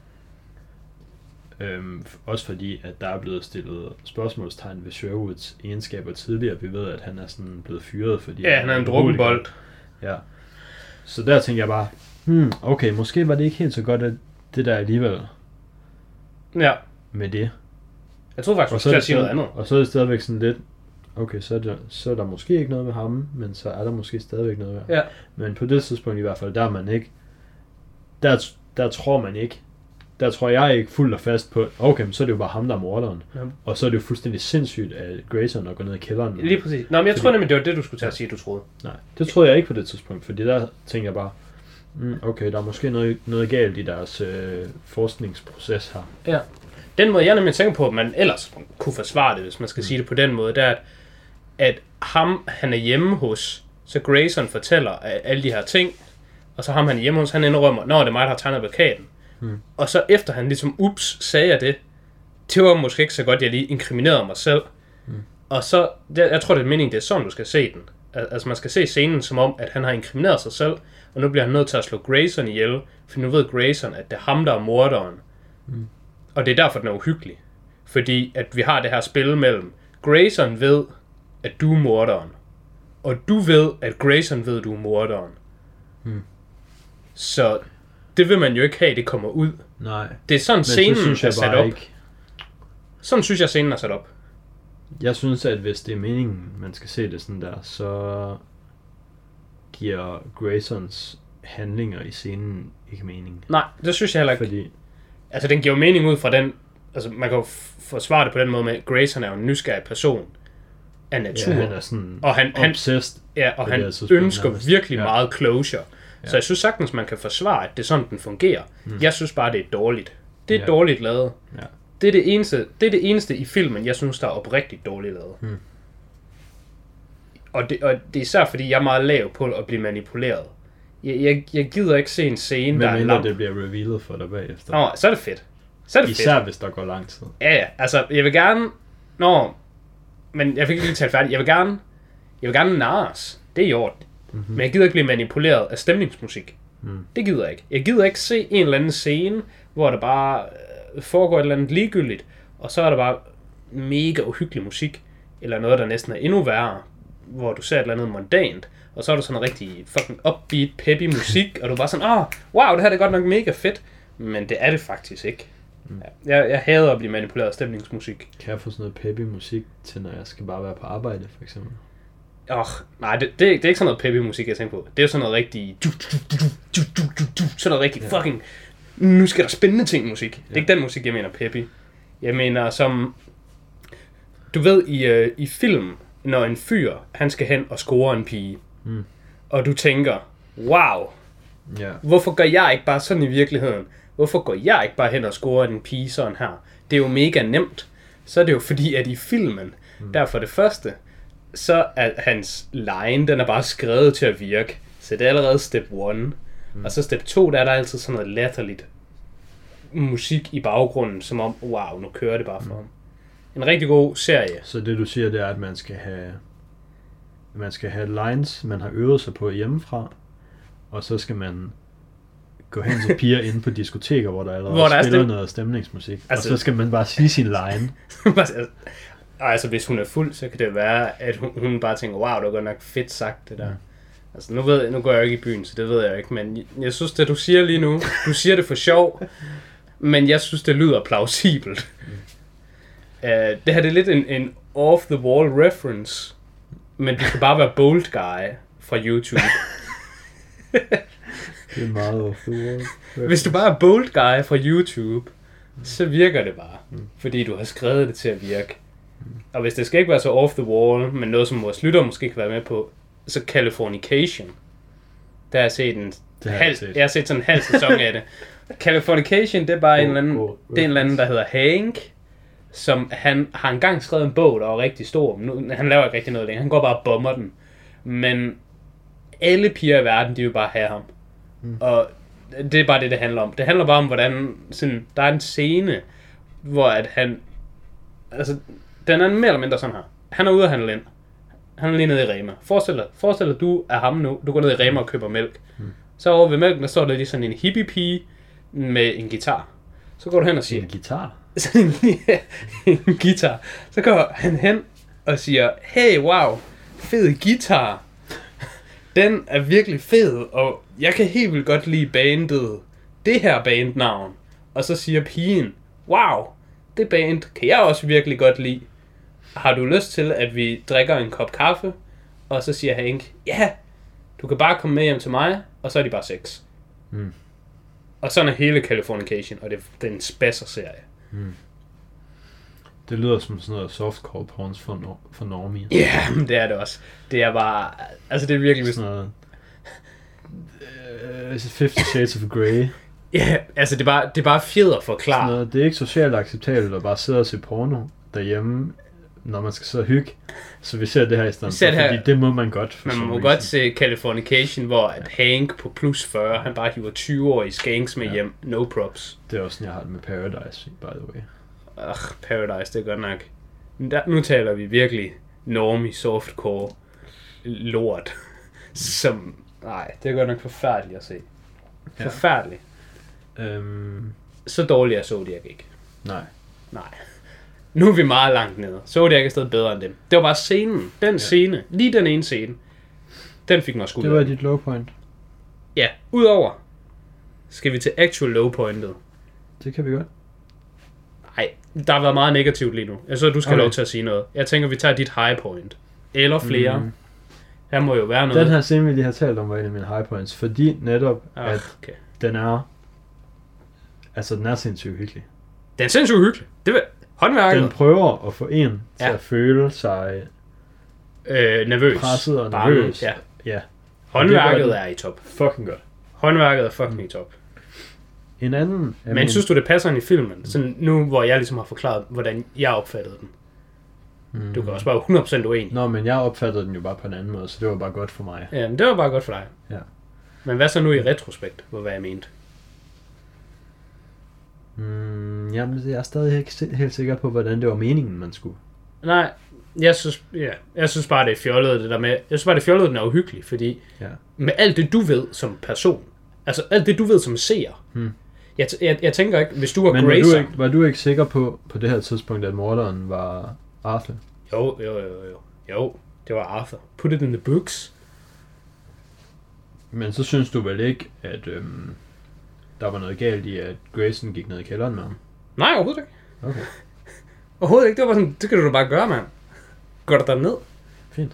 Også fordi, at der er blevet stillet spørgsmålstegn ved Sherwoods egenskaber tidligere. Vi ved, at han er sådan blevet fyret, fordi... Ja, han er en drukkenbold. Ja. Så der tænkte jeg bare, okay, måske var det ikke helt så godt, at det der alligevel... Ja. Med det. Jeg tror faktisk, at sige noget andet. Og så er det stadigvæk sådan lidt, okay, så er der måske ikke noget med ham, men så er der måske stadigvæk noget med ham. Ja. Men på det tidspunkt i hvert fald, der er man ikke, der tror man ikke, der tror jeg ikke fuldt og fast på, okay, men så er det jo bare ham, der er morderen. Ja. Og så er det jo fuldstændig sindssygt af Grayson at gå ned i kælderen. Lige præcis. Nå, men jeg tror nemlig, det var det, du skulle til at sige, du troede. Nej, det troede jeg ikke på det tidspunkt, fordi der tænker jeg bare, okay, der er måske noget galt i deres forskningsproces her. Ja. Den måde, jeg nemlig tænker på, at man ellers kunne forsvare det, hvis man skal sige det på den måde, det er, at ham, han er hjemme hos, så Grayson fortæller alle de her ting, og så ham, han er hjemme hos, han indrømmer, det er mig, der har tegnet plakaten. Og så efter han ligesom, sagde jeg det var måske ikke så godt, jeg lige inkriminerede mig selv. Og så, jeg tror, det er meningen, det er sådan, du skal se den. Altså man skal se scenen som om, at han har inkrimineret sig selv, og nu bliver han nødt til at slå Grayson ihjel, for nu ved Grayson, at det er ham, der er morderen. Og det er derfor, den er uhyggelig. Fordi at vi har det her spil mellem, Grayson ved, at du er morderen, og du ved, at Grayson ved, at du er morderen. Så det vil man jo ikke have, det kommer ud. Nej. Det er sådan, scenen er sat op. Ikke. Sådan synes jeg, scenen er sat op. Jeg synes, at hvis det er meningen, man skal se det sådan der, så giver Graysons handlinger i scenen ikke mening. Nej, det synes jeg heller ikke. Fordi... Altså, den giver mening ud fra den... Altså, man kan jo forsvare det på den måde med, at Grayson er jo en nysgerrig person af natur. Ja, han er sådan og han obsessed. Ja, og han ønsker virkelig meget closure. Ja. Så jeg synes sagtens, man kan forsvare, at det er sådan, den fungerer. Jeg synes bare, det er dårligt. Det er dårligt lavet. Ja. Det er det eneste i filmen, jeg synes, der er oprigtigt dårligt lavet. Og det er især, fordi jeg er meget lav på at blive manipuleret. Jeg gider ikke se en scene, der er lang. Det bliver revealet for dig bagefter. Nå, så er det fedt. Især hvis der går lang tid. Ja, altså, jeg vil gerne... men jeg fik ikke lige talt færdigt. Jeg vil gerne narres. Det er i orden. Men jeg gider ikke blive manipuleret af stemningsmusik. Det gider jeg ikke. Jeg gider ikke se en eller anden scene, hvor der bare foregår et eller andet ligegyldigt, og så er der bare mega uhyggelig musik, eller noget, der næsten er endnu værre, hvor du ser et eller andet mondant, og så er der sådan en rigtig fucking upbeat, peppy musik, og du er bare sådan, wow, det her er godt nok mega fedt, men det er det faktisk ikke. Jeg hader at blive manipuleret af stemningsmusik. Kan jeg få sådan noget peppy musik til, når jeg skal bare være på arbejde, for eksempel? Nej, det er ikke sådan noget peppy musik, jeg tænker på. Det er sådan noget rigtig... Sådan noget rigtig fucking... Nu skal der spændende ting musik. Det er ikke den musik, jeg mener peppy. Jeg mener som... Du ved, i film, når en fyr, han skal hen og score en pige. Og du tænker, wow, hvorfor gør jeg ikke bare sådan i virkeligheden? Hvorfor går jeg ikke bare hen og scorer en pige sådan her? Det er jo mega nemt. Så er det jo fordi, at i filmen, der for det første... så er hans line, den er bare skrevet til at virke. Så det er allerede step 1. Og så step 2, der er der altid sådan noget latterligt musik i baggrunden, som om, wow, nu kører det bare for ham. En rigtig god serie. Så det du siger, det er, at man skal have lines, man har øvet sig på hjemmefra, og så skal man gå hen til piger inde på diskoteker, hvor der allerede spiller noget stemningsmusik. Altså, og så skal man bare sige sin line. Altså, hvis hun er fuld, så kan det være, at hun bare tænker, wow, det var godt nok fedt sagt, det der. Altså, nu går jeg ikke i byen, så det ved jeg ikke, men jeg synes, det du siger lige nu, du siger det for sjov, men jeg synes, det lyder plausibelt. Det her det er lidt en off-the-wall reference, men det skal bare være Bold Guy fra YouTube. Det er meget off-the-wall. Hvis du bare er Bold Guy fra YouTube, så virker det bare, fordi du har skrevet det til at virke. Og hvis det skal ikke være så off the wall, men noget som vores lytter måske kan være med på, så Californication. Der har jeg set jeg har set sådan en halv sæson af det. Californication, det er bare en eller anden, der hedder Hank, som han har engang skrevet en bog, der var rigtig stor. Nu, han laver ikke rigtig noget længere, han går bare og bomber den. Men alle piger i verden, de vil bare have ham. Og det er bare det handler om. Det handler bare om, hvordan sådan, der er en scene, hvor at han... Altså, den er mere eller mindre sådan her. Han er ude at handle ind. Han er lige nede i Rema. Forestil dig, du er ham nu. Du går ned i Rema og køber mælk. Så over ved mælken, der står der lige sådan en hippie pige med en guitar. Så går du hen og siger... En guitar? En guitar. Så går han hen og siger, hey, wow, fed guitar. Den er virkelig fed, og jeg kan helt vildt godt lide bandet. Det her bandnavn. Og så siger pigen, wow, det band kan jeg også virkelig godt lide. Har du lyst til, at vi drikker en kop kaffe? Og så siger Hank, ja, du kan bare komme med hjem til mig, og så er de bare sex. Og sådan er hele Californication, og det er en spasser-serie. Det lyder som sådan noget softcore porns for normie. Ja, yeah, det er det også. Det er bare, altså det er virkelig... Sådan noget... 50 Shades of Grey. Ja, altså det er bare fjeder forklare. Det er ikke socialt acceptabelt at bare sidde og se porno derhjemme, når man skal sidde og hygge. Så vi ser det her i stedet for, fordi det må man godt. Man må godt se Californication, hvor at Hank på plus 40, han bare hiver 20 år i skanks med hjem. No props. Det er også sådan, jeg har det med Paradise, by the way. Paradise, det er godt nok. Nu taler vi virkelig normie softcore. lort. Som, nej, det er godt nok forfærdeligt at se. Ja. Forfærdeligt. Så dårligt er Zodiac ikke. Nej. Nu er vi meget langt nede. Zodiac er stadig bedre end dem. Det var bare scenen. Den scene. Lige den ene scene. Den fik mig sgu. Det var dit low point. Ja, udover. Skal vi til actual low pointet. Det kan vi godt. Nej, der har været meget negativt lige nu. Jeg så du skal have lov til at sige noget. Jeg tænker, vi tager dit high point. Eller flere. Her må jo være noget. Den her scene, vi lige har talt om, var en af mine high points. Fordi netop, at den er... Altså, den er sindssygt hyggelig. Den er sindssygt hyggelig. Det var håndværket. Den prøver at få en til at føle sig... nervøs. Presset og nervøs. Ja. Håndværket er i top. Fucking godt. Håndværket er fucking i top. En anden... Men synes du, det passer ind i filmen? Sådan nu, hvor jeg ligesom har forklaret, hvordan jeg opfattede den. Du kan også bare 100% uenig. Nå, men jeg opfattede den jo bare på en anden måde, så det var bare godt for mig. Ja, men det var bare godt for dig. Ja. Men hvad så nu i retrospekt, hvad jeg mente? Jamen, jeg er stadig ikke helt sikker på, hvordan det var meningen, man skulle. Nej, jeg synes bare, det er fjollet, det der med... Jeg synes bare, det er fjollet, den er uhyggelig, fordi med alt det, du ved som person, altså alt det, du ved som seer, jeg tænker ikke, hvis du var Grayson... Men var du ikke sikker på det her tidspunkt, at morderen var Arthur? Jo, det var Arthur. Put it in the books. Men så synes du vel ikke, at der var noget galt i, at Grayson gik ned i kælderen med ham? Nej, overhovedet ikke. Okay. Overhovedet ikke, det var bare sådan, det kan du bare gøre, mand. Går du derned? Fint.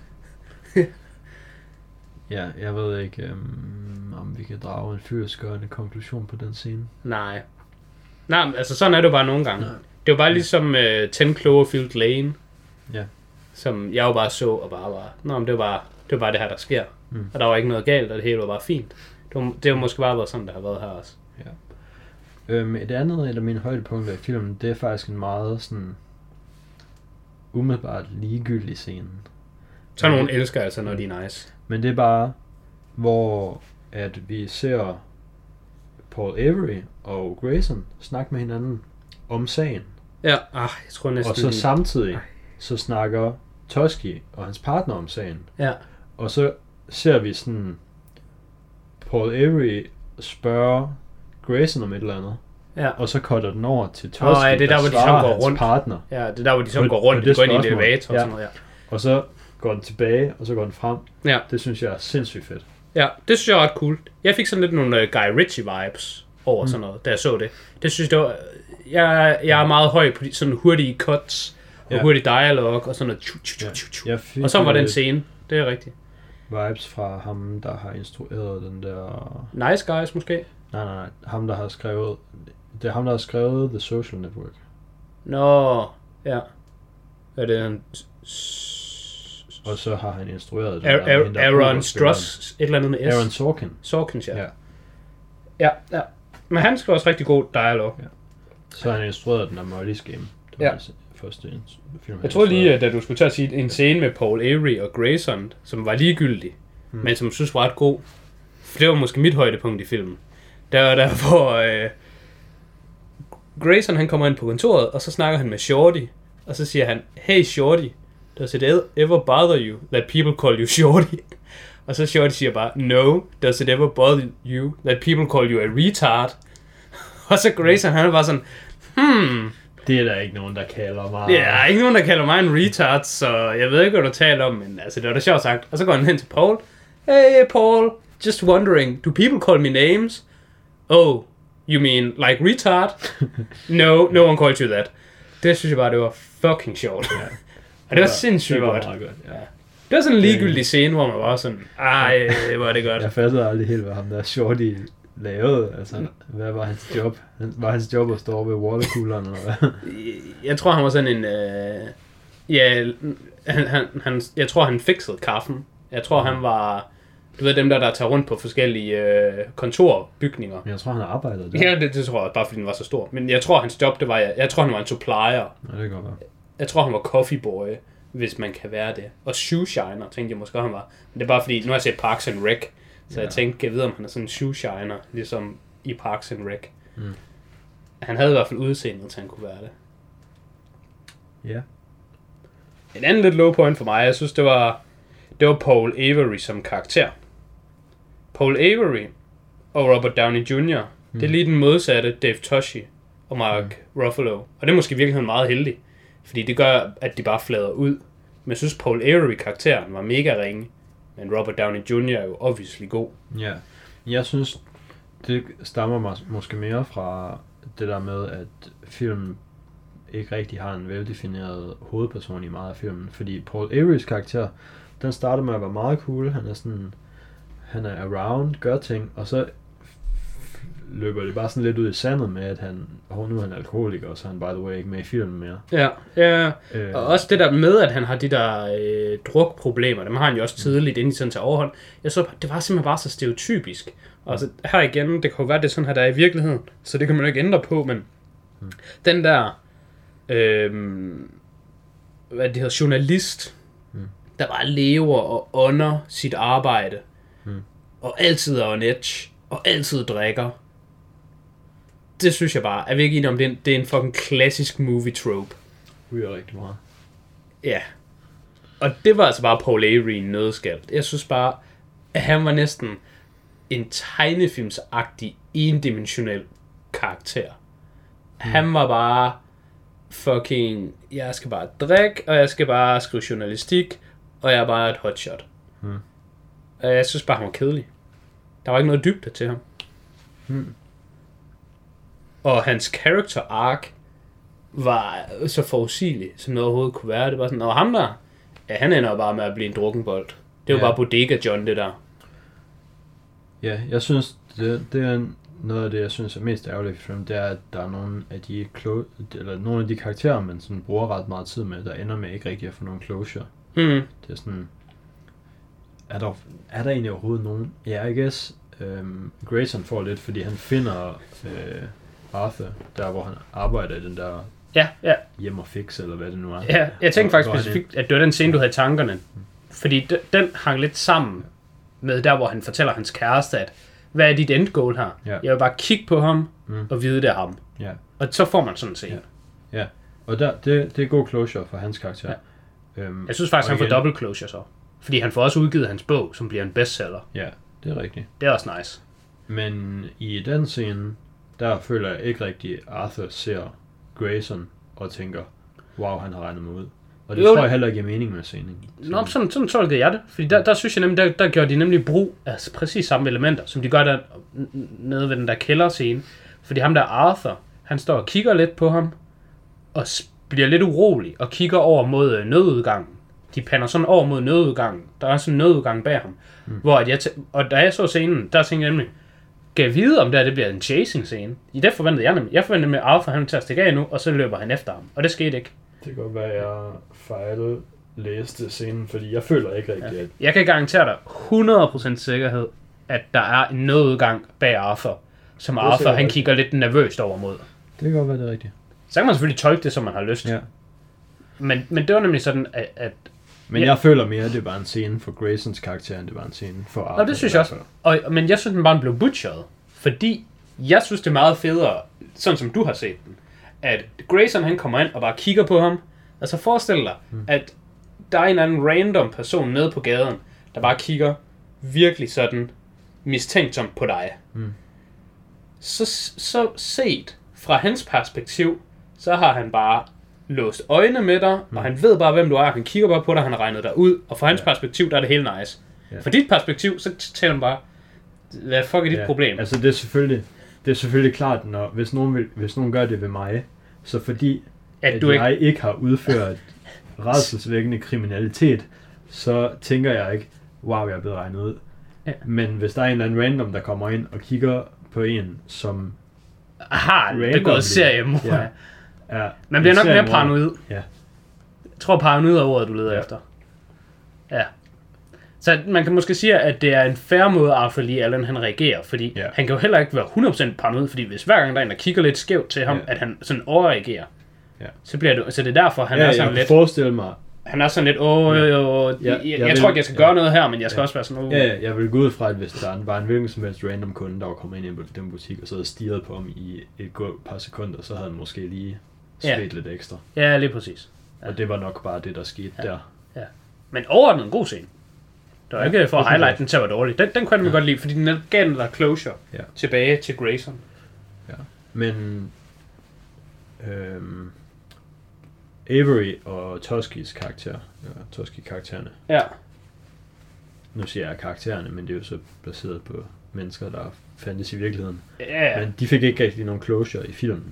Ja, jeg ved ikke, om vi kan drage en fyldestgørende konklusion på den scene. Nej, men altså sådan er det jo bare nogle gange. Nej. Det var bare ligesom 10 Cloverfield Lane. Ja. Som jeg jo bare så og bare var... Nå, men det var bare det her, der sker. Og der var ikke noget galt, og det hele var bare fint. Det var måske bare været sådan, det har været her også. Ja. Et andet af mine højdepunkter i filmen, det er faktisk en meget sådan... umiddelbart ligegyldig scene. Så nogen elsker altså, når de er nice. Men det er bare, hvor at vi ser Paul Avery og Grayson snakke med hinanden om sagen. Ja, jeg tror næsten... Og så samtidig, så snakker Toschi og hans partner om sagen. Ja. Og så ser vi sådan Paul Avery spørge Grayson om et eller andet. Ja. Og så cutter den over til Toschi, det er der, hvor de så går rundt. Partner. Ja, det er der, hvor de så går rundt, og går ind i elevator og sådan noget, Og så går den tilbage, og så går den frem. Ja. Det synes jeg er sindssygt fedt. Ja, det synes jeg er ret cool. Jeg fik sådan lidt nogle Guy Ritchie-vibes over sådan noget, da jeg så det. Det synes jeg, jeg er meget høj på de sådan hurtige cuts, og hurtig dialog, og sådan noget. Og så var den scene, det er rigtigt. Vibes fra ham, der har instrueret den der... Nice Guys, måske? Nej. Ham, der har skrevet... Det er ham, der har skrevet The Social Network. Nå, ja. Er det en... Og så har han instrueret den Aaron Struss, et eller andet med S. Aaron Sorkin. Sorkin, ja. Men han skrev også rigtig god dialog. Ja. Så har han instrueret den af Molly's Game. Det var første film. Jeg tror lige, da du skulle til at sige en scene med Paul Avery og Grayson, som var ligegyldig, men som synes var ret god. For det var måske mit højdepunkt i filmen. Der var der, hvor Grayson han kommer ind på kontoret, og så snakker han med Shorty, og så siger han, hey Shorty, does it ever bother you that people call you Shorty? Og så Shorty siger bare, no, does it ever bother you that people call you a retard? Og så Grayson, han er bare sådan, det er der ikke nogen, der kalder mig. Ja, der er ikke nogen, der kalder mig en retard, så jeg ved ikke, hvad du taler om, men altså, det var da sjovt sagt. Og så går han hen til Paul. Hey Paul, just wondering, do people call me names? Oh, you mean like retard? No one calls you that. Det synes jeg bare, det var fucking sjovt. Ja. Og det var sindssygt godt. Det var sådan en ligegyldig scene, hvor man var sådan, hvor er det godt. Jeg fattede aldrig helt, hvad ham der Shorty lavede. Altså, hvad var hans job? Var hans job at stå over ved watercooleren, eller hvad? Jeg tror, han var sådan en... jeg tror, han fikset kaffen. Jeg tror, han var... Du ved, dem der tager rundt på forskellige kontorbygninger. Men jeg tror, han arbejdede der. Ja, det tror jeg, bare fordi den var så stor. Men jeg tror, hans job, det var... Jeg tror, han var en supplier. Ja, det kan godt være. Jeg tror, han var coffee boy, hvis man kan være det. Og shoe shiner, tænkte jeg måske, han var. Men det er bare fordi, nu har jeg set Parks and Rec. Så jeg tænkte, jeg ved, om han er sådan en shoe shiner, ligesom i Parks and Rec. Han havde i hvert fald udseendet, til han kunne være det. Ja. En anden lidt low point for mig, jeg synes, det var det var Paul Avery som karakter. Paul Avery og Robert Downey Jr., det er lige den modsatte Dave Toschi og Mark Ruffalo. Og det er måske i virkeligheden meget heldigt, fordi det gør, at de bare flader ud. Men jeg synes, Paul Avery-karakteren var mega ringe, men Robert Downey Jr. er jo obviously god. Ja, jeg synes, det stammer måske mere fra det der med, at filmen ikke rigtig har en veldefineret hovedperson i meget af filmen. Fordi Paul Averys karakter, den starter med at være meget cool. Han er around, gør ting, og så løber det bare sådan lidt ud i sandet med, at nu er han alkoholiker, og så er han by the way ikke med i filmen mere. Ja. Og også det der med, at han har de der drukproblemer, dem har han jo også tidligt, inden sådan til overhånd. Jeg så, det var simpelthen bare så stereotypisk. Og så her igen, det kan jo være, det er sådan her, der er i virkeligheden, så det kan man jo ikke ændre på, men den der, hvad det hedder, journalist, der bare lever og ånder sit arbejde, og altid er on edge, og altid drikker. Det synes jeg bare, er vi ikke enige om, det er en fucking klassisk movie trope. Ryger rigtig meget. Ja. Og det var altså bare Paul Avery i nødskal. Jeg synes bare, at han var næsten en tegnefilmsagtig, endimensionel karakter. Han var bare fucking, jeg skal bare drikke, og jeg skal bare skrive journalistik, og jeg er bare et hotshot. Og jeg synes bare, han var kedelig. Der var ikke noget dybde til ham. Og hans character arc var så forudsigelig, som noget overhovedet kunne være. Det var sådan, og ham der, ja, han ender jo bare med at blive en drukkenbold. Det er jo bare Bodega John, det der. Ja, jeg synes, det er noget af det, jeg synes er mest ærgerligt i filmen, det er, at der er nogle af de karakterer, man sådan bruger ret meget tid med, der ender med ikke rigtig at få nogen closure. Det er sådan, er der egentlig overhovedet nogen? Ja, I guess Grayson får lidt, fordi han finder Arthur, der hvor han arbejder i den der hjem og fix, eller hvad det nu er. Ja, jeg tænkte faktisk specifikt, at det var den scene, du havde i tankerne. Fordi den hang lidt sammen med der, hvor han fortæller hans kæreste, at hvad er dit endgoal her? Ja. Jeg vil bare kigge på ham og vide, det er ham. Ja. Og så får man sådan en scene. Ja. Og det er god closure for hans karakter. Ja. Jeg synes faktisk, han får double closure så. Fordi han får også udgivet hans bog, som bliver en bestseller. Ja, det er rigtigt. Det er også nice. Men i den scene, der føler jeg ikke rigtigt, at Arthur ser Grayson og tænker, wow, han har regnet mig ud. Og det tror jeg heller ikke giver mening med scenen. Nå, sådan tolker jeg det. Fordi der synes jeg nemlig, der gør de nemlig brug af præcis samme elementer, som de gør der nede ved den der kælderscene. Fordi ham der Arthur, han står og kigger lidt på ham, og bliver lidt urolig, og kigger over mod nødudgangen. De pander sådan over mod nødudgangen. Der er sådan en nødudgang bag ham. Hvor og da jeg så scenen, der tænkte jeg nemlig, kan jeg vide, om det bliver en chasing scene? I det forventede jeg nemlig. Jeg forventede med, at Arthur han til at stikke af nu, og så løber han efter ham. Og det skete ikke. Det kan godt være, at jeg fejlede læste scenen, fordi jeg føler ikke rigtigt, at... Jeg kan garantere dig 100% sikkerhed, at der er en nødudgang bag Arthur, som Arthur han kigger lidt nervøst over mod. Det kan godt være, det er rigtigt. Så kan man selvfølgelig tolke det, som man har lyst. Ja. Men det var nemlig sådan, at men jeg føler mere, at det var en scene for Graysons karakter, end det var en scene for Arthur. Nå, det synes jeg også. Men jeg synes, den bare blev butcheret. Fordi jeg synes, det er meget federe, sådan som du har set den, at Grayson han kommer ind og bare kigger på ham. Altså forestil dig, at der er en anden random person nede på gaden, der bare kigger virkelig sådan mistænksomt på dig. Så set fra hans perspektiv, så har han bare låst øjne med dig, og han ved bare, hvem du er. Han kigger bare på dig, han har regnet dig ud, og fra hans perspektiv, der er det helt nice. Fra dit perspektiv, så taler han bare, hvad fuck er dit problem? Altså det er selvfølgelig klart, hvis nogen gør det ved mig, så fordi at jeg ikke har udført rædselsvækkende kriminalitet, så tænker jeg ikke, wow, jeg er blevet regnet ud. Ja. Men hvis der er en eller anden random, der kommer ind og kigger på en, som har begået seriemord. Ja. Man bliver nok mere paranoid. Ja. Jeg tror, paranoid er ordet, du leder efter. Ja. Så man kan måske sige, at det er en fair måde, Arthur Lee Allen han reagerer, fordi han kan jo heller ikke være 100% paranoid, fordi hvis hver gang der er en, der kigger lidt skævt til ham, at han sådan overreagerer, så bliver det, så det er derfor, han er sådan lidt... Jeg forestille mig... Han er sådan lidt, jeg tror ikke, jeg skal gøre noget her, men jeg skal også være sådan... Jeg vil gå ud fra, at hvis der var en hvilken som helst random kunde, der var kommet ind i den butik, og så havde stirret på ham i et par sekunder, så havde han måske lige svedt lidt ekstra. Ja, lige præcis. Og det var nok bare det, der skete der. Ja. Men overordnet en god scene. Det var ikke for at highlight den til at være dårlig. Den kunne jeg nemlig godt lide, fordi den gav den der closure tilbage til Grayson. Ja, men Avery og Toskis karakter, Toski-karaktererne. Ja. Nu siger jeg karaktererne, men det er jo så baseret på mennesker, der fandtes i virkeligheden. Ja. Men de fik ikke rigtig nogen closure i filmen.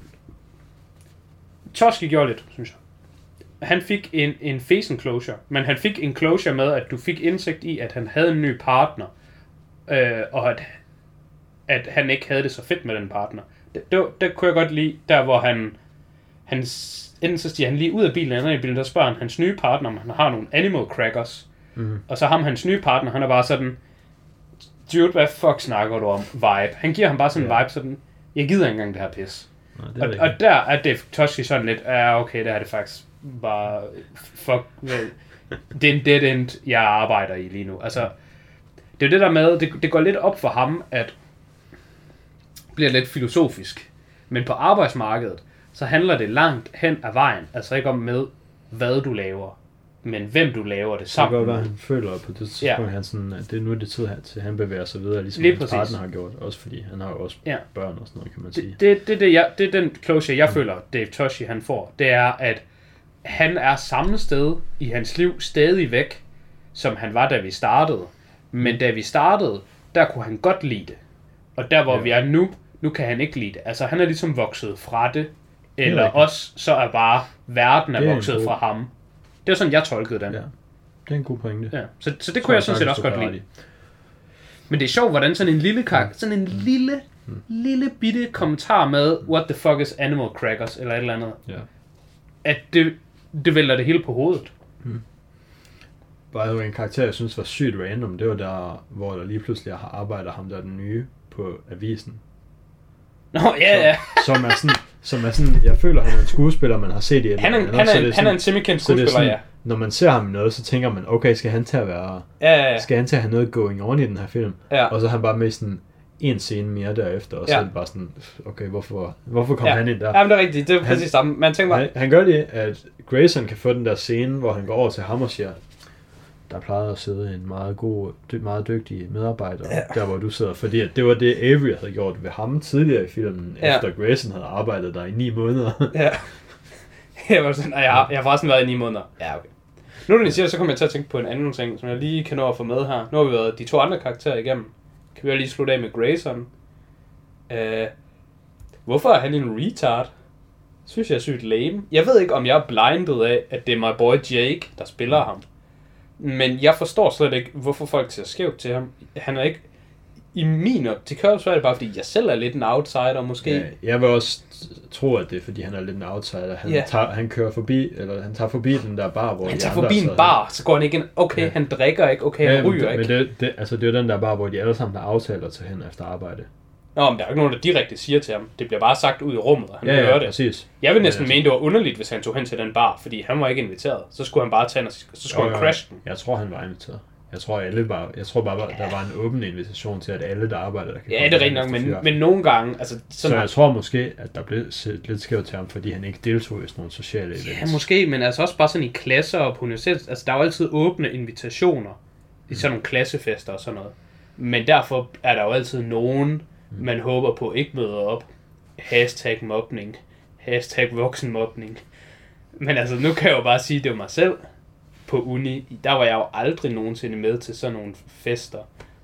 Toski gjorde lidt, synes jeg. Han fik en facing closure, men han fik en closure med, at du fik indsigt i, at han havde en ny partner, og at han ikke havde det så fedt med den partner. Det kunne jeg godt lide, der hvor han enten så stiger han lige ud af bilen, eller i bilen, der spørger han hans nye partner, om han har nogle animal crackers. Og så hans nye partner, han er bare sådan, dude, hvad fuck snakker du om? Vibe. Han giver ham bare sådan en vibe, sådan, jeg gider ikke engang det her pis. Nej, og der er det Toshi sådan lidt, okay, der er det faktisk bare, fuck, det er en dead end, jeg arbejder i lige nu. Altså, det er det der med, det går lidt op for ham, at bliver lidt filosofisk. Men på arbejdsmarkedet, så handler det langt hen ad vejen, altså ikke om med, hvad du laver, men hvem du laver det sammen. Det kan godt være, han føler på det tidspunkt, han sådan, at det er nu det tid her til, han bevæger sig videre, ligesom hans partner har gjort, også fordi han har jo også børn og sådan noget, kan man sige. Det er den closure, jeg føler, Dave Toshi han får, det er, at han er samme sted i hans liv stadigvæk, som han var, da vi startede. Men da vi startede, der kunne han godt lide det. Og der, hvor vi er nu kan han ikke lide det. Altså, han er ligesom vokset fra det, eller også så er bare verden er vokset fra ham. Det var sådan, jeg tolkede den. Ja, det er en god pointe. Ja. Så det kunne jeg sådan set også godt lide. Men det er sjovt, hvordan sådan en lille sådan en lille bitte kommentar med, what the fuck is animal crackers, eller et eller andet. Ja. At det vælter det hele på hovedet. Bare en karakter, jeg synes var sygt random, det var der, hvor der lige pludselig har arbejdet ham, der er den nye på avisen. Nå, ja. Som er sådan, jeg føler, han er en skuespiller, man har set i et han er en semi-kendt skuespiller, sådan, ja. Når man ser ham i noget, så tænker man, okay, skal han til at være... Ja. Skal han til at have noget going on i den her film? Ja. Og så er han bare med sådan en scene mere derefter, og så er det bare sådan, okay, hvorfor kom han ind der? Ja, men det er rigtigt, det er præcis samme. Man tænker bare... Han gør det, at Grayson kan få den der scene, hvor han går over til ham og siger, der plejede at sidde en meget dygtig medarbejder, der hvor du sidder, fordi at det var det Avery havde gjort ved ham tidligere i filmen, efter Grayson havde arbejdet der i 9 måneder. Ja. Jeg var sådan, jeg har forresten været i 9 måneder. Ja, okay. Nu når I siger det, så kommer jeg til at tænke på en anden ting, som jeg lige kan nå at få med her. Nu har vi været de 2 andre karakterer igennem. Kan vi jo lige slutte af med Grayson. Hvorfor er han en retard? Synes jeg er sygt lame. Jeg ved ikke, om jeg er blindet af, at det er my boy Jake, der spiller ham. Men jeg forstår slet ikke, hvorfor folk ser skævt til ham. Han er ikke... I min optik, så er det bare, fordi jeg selv er lidt en outsider, måske. Ja, jeg vil også tro, at det er, fordi han er lidt en outsider. Han kører forbi, eller han tager forbi den der bar, hvor han tager forbi en bar, så går han ikke ind. Okay, han drikker ikke. Okay, han ryger ikke. Men det er jo den der bar, hvor de alle sammen har aftaler til hen efter arbejde. Nå, men der er ikke nogen, der direkte siger til ham. Det bliver bare sagt ud i rummet, og han hører det. Præcis. Jeg vil næsten mene, det var underligt, hvis han tog hen til den bar, fordi han var ikke inviteret. Så skulle han bare tage den, og så skulle han crash den. Jeg tror, han var inviteret. Jeg tror bare, der var en åben invitation til, at alle, der arbejder, der kan komme. Ja, det er rigtigt nok, men nogle gange... Altså, så jeg tror måske, at der blev set lidt skævt til ham, fordi han ikke deltog i sådan nogle sociale events. Ja, måske, men altså også bare sådan i klasser og på universitet. Altså, der er jo altid åbne invitationer i sådan nogle klassefester og sådan noget. Men derfor er der jo altid nogen, man håber på ikke møder op. #mobning. #voksenmobning. Men altså, nu kan jeg jo bare sige, det var mig selv. På uni, der var jeg jo aldrig nogensinde med til sådan nogle fester.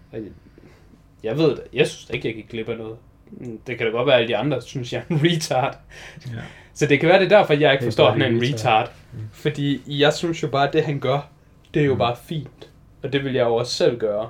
Jeg ved det, jeg synes ikke, jeg gik glip af noget. Det kan da godt være, at alle de andre synes, jeg er en retard. Ja. Så det kan være, det er derfor, jeg ikke forstår, at han er en retard. Fordi jeg synes jo bare, at det han gør, det er jo bare fint. Og det vil jeg jo også selv gøre.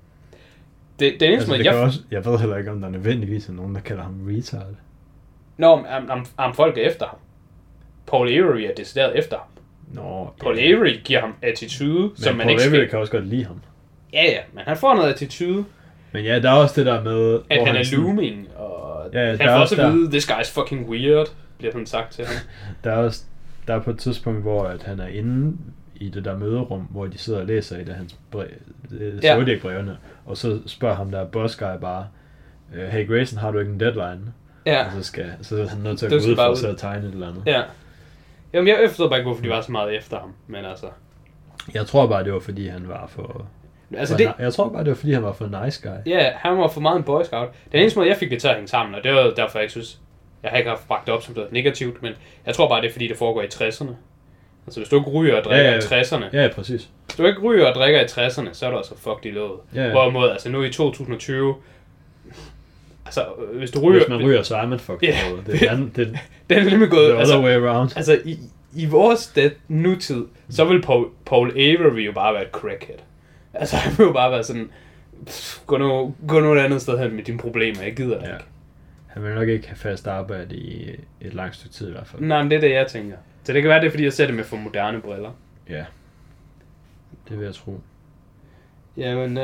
Det eneste altså, jeg ved heller ikke, om der nødvendigvis er nogen, der kalder ham retard. Nå, om folk er efter ham. Paul Avery er decideret efter ham. Paul Avery giver ham attitude, men som man Paul ikke Avery kan også godt lide ham. Ja, men han får noget attitude. Men ja, der er også det der med... At han er looming, og han får også at vide, this guy's fucking weird, bliver sådan sagt til ham. Der er på et tidspunkt, hvor at han er inde i det der møderum, hvor de sidder og læser i det hans Zodiac-brevene, og så spørger ham der boss guy bare, hey Grayson, har du ikke en deadline? Ja. Og så er han nødt til at gå ud for at sidde og tegne et eller andet. Ja. Jamen, jeg forstår bare ikke, hvorfor de var så meget efter ham, men altså... Jeg tror bare, det var fordi, han var for Altså det, jeg tror bare, det var fordi, han var for nice guy. ja, han var for meget en boy scout. Den eneste måde, jeg fik det til at hænge sammen, og det var derfor, jeg ikke synes, jeg har ikke haft bragt det op som noget negativt, men jeg tror bare, det er fordi, det foregår i 60'erne. Altså hvis du ikke ryger og drikker i 60'erne. Ja, præcis. Hvis du ikke ryger og drikker i 60'erne, så er du altså fucked i låget. Ja. Hvorimod, altså nu i 2020, altså hvis du ryger... Hvis man ryger, så er man fucked i låget. Det er det er nemlig gået... the other way around. Altså i vores nutid, så vil Paul Avery jo bare være et crackhead. Altså han vil jo bare være sådan, gå nu et andet sted hen med dine problemer, jeg gider det ikke. Han vil nok ikke have fast arbejde i et langt stykke tid i hvert fald. Nej, men det er det, jeg tænker. Så det kan være, det er fordi, jeg ser det med for moderne briller. Ja, det vil jeg tro. Jamen,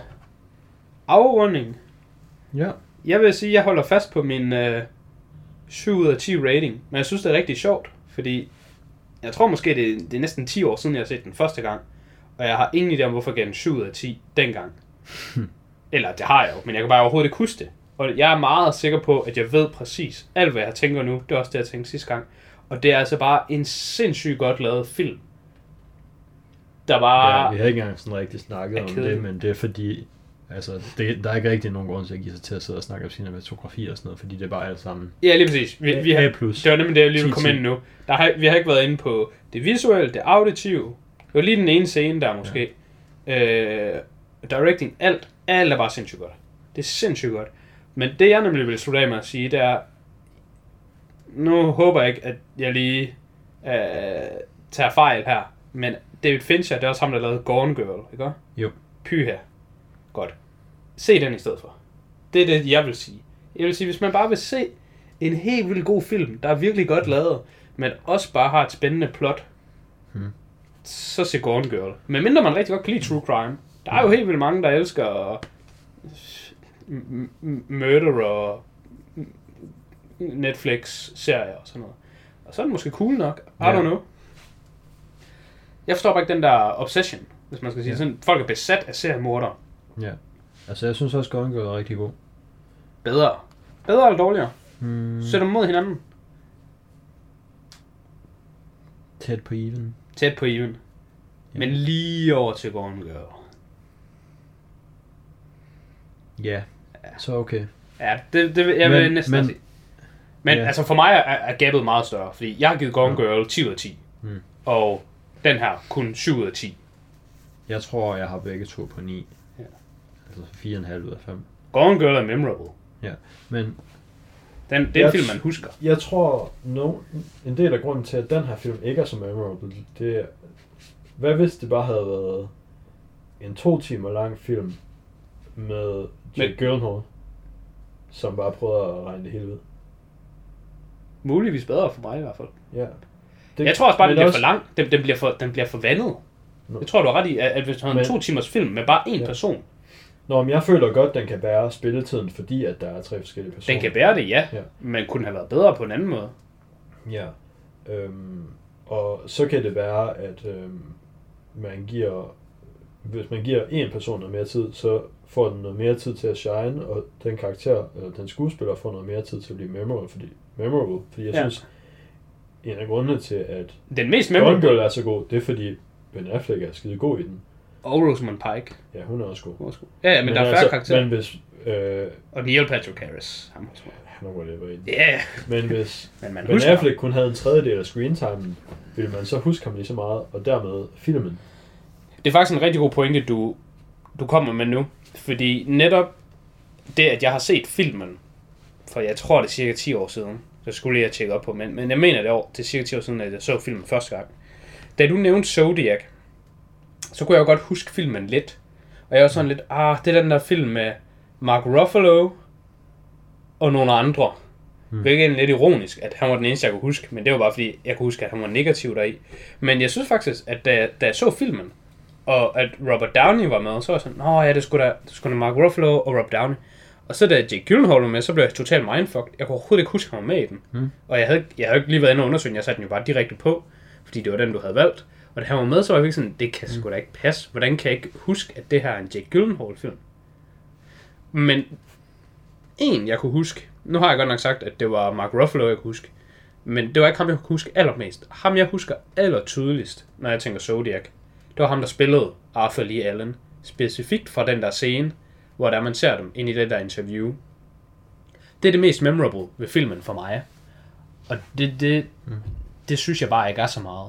afrunding. Ja. Jeg vil sige, at jeg holder fast på min 7 ud af 10 rating. Men jeg synes, det er rigtig sjovt, fordi jeg tror måske, det er næsten 10 år siden, jeg har set den første gang. Og jeg har ingen idé om, hvorfor jeg gav den 7 ud af 10 dengang. Eller det har jeg jo, men jeg kan bare overhovedet ikke huske det. Og jeg er meget sikker på, at jeg ved præcis alt, hvad jeg tænker nu. Det er også det, jeg tænkte sidste gang. Og det er altså bare en sindssygt godt lavet film. Der bare... Ja, vi har ikke engang sådan rigtig snakket om det, men det er fordi... Altså, der er ikke rigtig nogen grund til at give sig til at sidde og snakke om cinematografi og sådan noget, fordi det er bare alt sammen... Ja, lige præcis. Vi har, det var nemlig det, jeg lige vil komme ind nu. Vi har ikke været inde på det visuelle, det auditive. Det var lige den ene scene der måske. Ja. Directing, alt er bare sindssygt godt. Det er sindssygt godt. Men det jeg nemlig vil slutte af med at sige, det er... Nu håber jeg ikke, at jeg lige tager fejl her, men David Fincher, det er også ham, der lavede Gone Girl, ikke? Jo. Pyha. Godt. Se den i stedet for. Det er det, jeg vil sige. Jeg vil sige, hvis man bare vil se en helt vildt god film, der er virkelig godt lavet, men også bare har et spændende plot, så se Gone Girl. Men mindre man rigtig godt kan lide true crime. Der er jo helt vildt mange, der elsker murder og Netflix-serier og sådan noget. Og så er det måske cool nok. I don't know. Jeg forstår bare ikke den der obsession, hvis man skal sige sådan. Folk er besat af seriemordere. Ja. Altså jeg synes også, Gone Girl er rigtig god. Bedre eller dårligere? Sæt dem mod hinanden. Tæt på even. Tæt på even. Ja. Men lige over til Gone Girl. Ja, så okay. Ja, det jeg vil næsten sige. Men altså for mig er gabet meget større, fordi jeg har givet Gone Girl 10 ud af 10. Og den her kun 7 ud af 10. Jeg tror, jeg har begge to på 9. Ja. Altså 4,5 ud af 5. Gone Girl er memorable. Ja, men... Det er en film, man husker. Jeg tror, en del af grunden til, at den her film ikke er så memorable, det er... Hvad hvis det bare havde været en 2 timer lang film med Jake Gyllenhaal, som bare prøvede at regne det hele ud? Muligvis bedre for mig i hvert fald. Ja. Jeg tror også bare, den bliver for lang. Den bliver for vandet. Jeg tror, du har ret i, at hvis du har en 2 timers film med bare én person. Nå, men jeg føler godt, den kan bære spilletiden, fordi at der er 3 forskellige personer. Den kan bære det, ja. Men kunne have været bedre på en anden måde. Ja. Og så kan det være, at hvis man giver en person noget mere tid, så får den noget mere tid til at shine, og den karakter, eller den skuespiller, får noget mere tid til at blive memorable, fordi jeg synes, en af grundene til, at den mest memorable Gone Girl er så god, det er fordi Ben Affleck er skide god i den. Og Rosamund Pike. Ja, hun er også god. Ja, men der er færre karakterer. Men hvis... og Neil Patrick Harris. Han var lidt i den. Ja. Men hvis Ben Affleck kun havde en tredjedel af screentimen, ville man så huske ham lige så meget, og dermed filmen. Det er faktisk en rigtig god pointe, du kommer med nu. Fordi netop det, at jeg har set filmen, for jeg tror, det er cirka 10 år siden, så skulle jeg tjekke op på, men jeg mener det er cirka 10 år siden, at jeg så filmen første gang. Da du nævnte Zodiac, så kunne jeg jo godt huske filmen lidt. Og jeg var sådan lidt, det er den der film med Mark Ruffalo og nogle andre. Hvilket er lidt ironisk, at han var den eneste, jeg kunne huske. Men det var bare fordi, jeg kunne huske, at han var negativ deri. Men jeg synes faktisk, at da jeg så filmen, og at Robert Downey var med, så var jeg sådan, det skulle da Mark Ruffalo og Robert Downey. Og så da Jake Gyllenhaal var med, så blev jeg totalt mindfucked. Jeg kunne overhovedet ikke huske, at han var med i den. Og jeg havde ikke lige været inde og undersøge, jeg satte den jo bare direkte på, fordi det var den, du havde valgt. Og da han var med, så var jeg virkelig sådan, det kan sgu da ikke passe. Hvordan kan jeg ikke huske, at det her er en Jake Gyllenhaal-film? Men jeg kunne huske, nu har jeg godt nok sagt, at det var Mark Ruffalo, jeg kunne huske, men det var ikke ham, jeg kunne huske allermest. Ham, jeg husker allertydeligst, når jeg tænker Zodiac, det var ham, der spillede Arthur Lee Allen specifikt fra den der scene, hvor der man ser dem ind i det der interview. Det er det mest memorable ved filmen for mig. Og det synes jeg bare ikke er så meget.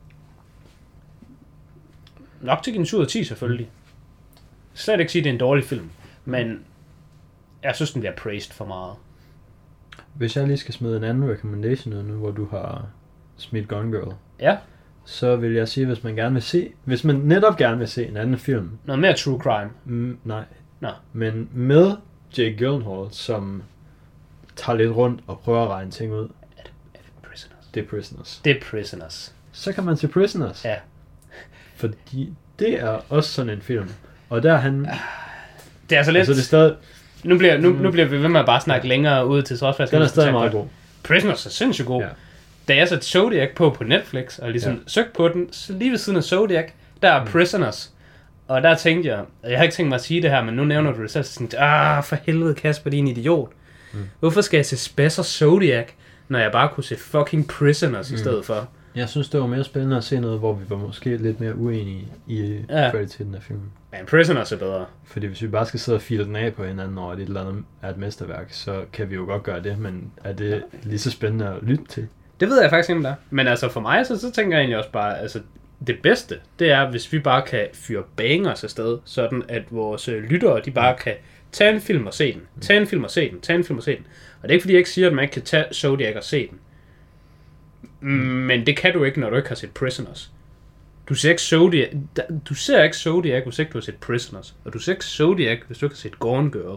Nok til en 7 ud af 10 selvfølgelig. Slet ikke sige, at det er en dårlig film. Men jeg synes, den bliver praised for meget. Hvis jeg lige skal smide en anden recommendation ud nu, hvor du har smidt Gone Girl. Ja. Så vil jeg sige, hvis man netop gerne vil se en anden film. Noget mere true crime. Nej. Nå. Men med Jake Gyllenhaal, som tager lidt rundt og prøver at regne ting ud. Er det Prisoners? Det er Prisoners. Det er Prisoners. Så kan man se Prisoners. Ja. Fordi det er også sådan en film. Og der er han... Det er så lidt... Altså det er stadig... Nu bliver vi ved med at bare snakke længere ud til trods for, den er stadig meget god. Prisoners er sindssygt god. Ja. Da jeg satte Zodiac på Netflix, og ligesom søgte på den, så lige ved siden af Zodiac, der er Prisoners. Og der tænkte jeg har ikke tænkt mig at sige det her, men nu nævner du det selv, så tænkte jeg, for helvede Kasper, din idiot. Hvorfor skal jeg se Spasser Zodiac, når jeg bare kunne se fucking Prisoners i stedet for? Jeg synes, det var mere spændende at se noget, hvor vi var måske lidt mere uenige i kvaliteten af filmen. Men Prisoners er bedre. Fordi hvis vi bare skal sidde og file den af på hinanden over, at et eller andet er et mesterværk, så kan vi jo godt gøre det, men er det lige så spændende at lytte til? Det ved jeg faktisk ikke, om der. Men altså for mig, så tænker jeg egentlig også bare, altså det bedste, det er, hvis vi bare kan fyre bangers afsted, sådan at vores lyttere, de bare kan tage en film og se den. Tage en film og se den. Tage en film og se den. Og det er ikke fordi, jeg ikke siger, at man ikke kan tage Zodiac og se den. Men det kan du ikke, når du ikke har set Prisoners. Du ser ikke Zodiac, hvis ikke du har set Prisoners. Og du ser ikke Zodiac, hvis du ikke har set Gone Girl.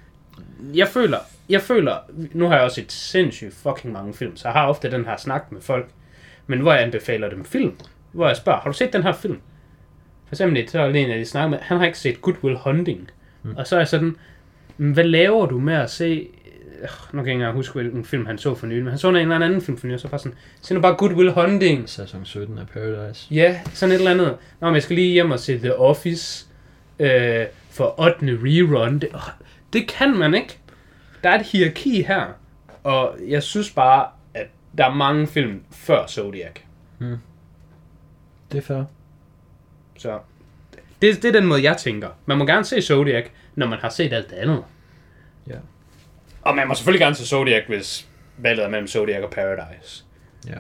Jeg føler, nu har jeg også set sindssygt fucking mange film, så jeg har ofte den her snak med folk, men hvor jeg anbefaler dem film, hvor jeg spørger, har du set den her film? For eksempel, så er det en af de snakker med, han har ikke set Good Will Hunting. Og så er jeg sådan, hvad laver du med at se, nu kan jeg ikke engang huske, hvilken film han så for nylig, men han så en eller anden film for nylig, så bare sådan, se nu bare Good Will Hunting. Sæson 17 af Paradise. Ja, sådan et eller andet. Nå, men jeg skal lige hjem og se The Office for 8. rerun. Det kan man ikke. Der er et hierarki her, og jeg synes bare, at der er mange film før Zodiac. Det er fair. Så det er den måde, jeg tænker. Man må gerne se Zodiac, når man har set alt det andet. Ja. Og man må selvfølgelig gerne se Zodiac, hvis valget er mellem Zodiac og Paradise. Ja.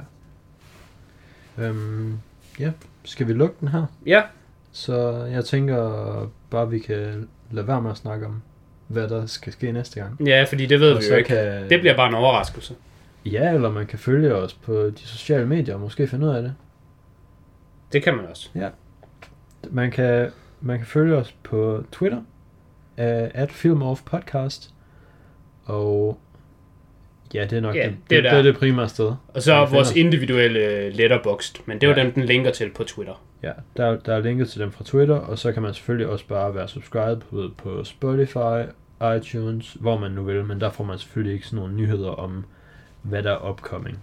Ja, skal vi lukke den her? Ja. Så jeg tænker bare, vi kan lade være med at snakke om, hvad der skal ske næste gang. Ja, fordi det ved vi jo ikke. Det bliver bare en overraskelse. Ja, eller man kan følge os på de sociale medier og måske finde ud af det. Det kan man også. Ja. Man kan følge os på Twitter @filmofpodcast. Og ja, det er nok det er det primære sted. Og så vores individuelle Letterboxd, men det er jo dem, den linker til på Twitter. Ja, der er linket til dem fra Twitter, og så kan man selvfølgelig også bare være subscribed på Spotify, iTunes, hvor man nu vil, men der får man selvfølgelig ikke sådan nogle nyheder om, hvad der er upcoming.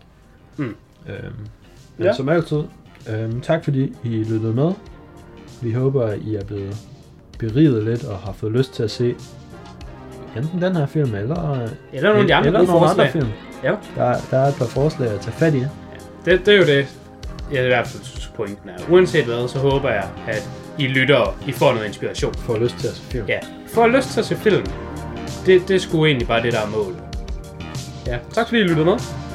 Men som altid, tak fordi I lyttede med. Vi håber, at I er blevet beriget lidt og har fået lyst til at se enten den her film, eller nogle af de andre film. Ja. Der er et par forslag at tage fat i. Det er jo det, jeg i hvert fald pointen er. Uanset hvad, så håber jeg, at I lytter, I får noget inspiration. Får lyst til at se film. Ja, får lyst til at se film. Det er sgu egentlig bare det, der er målet. Ja, tak fordi I lyttede med.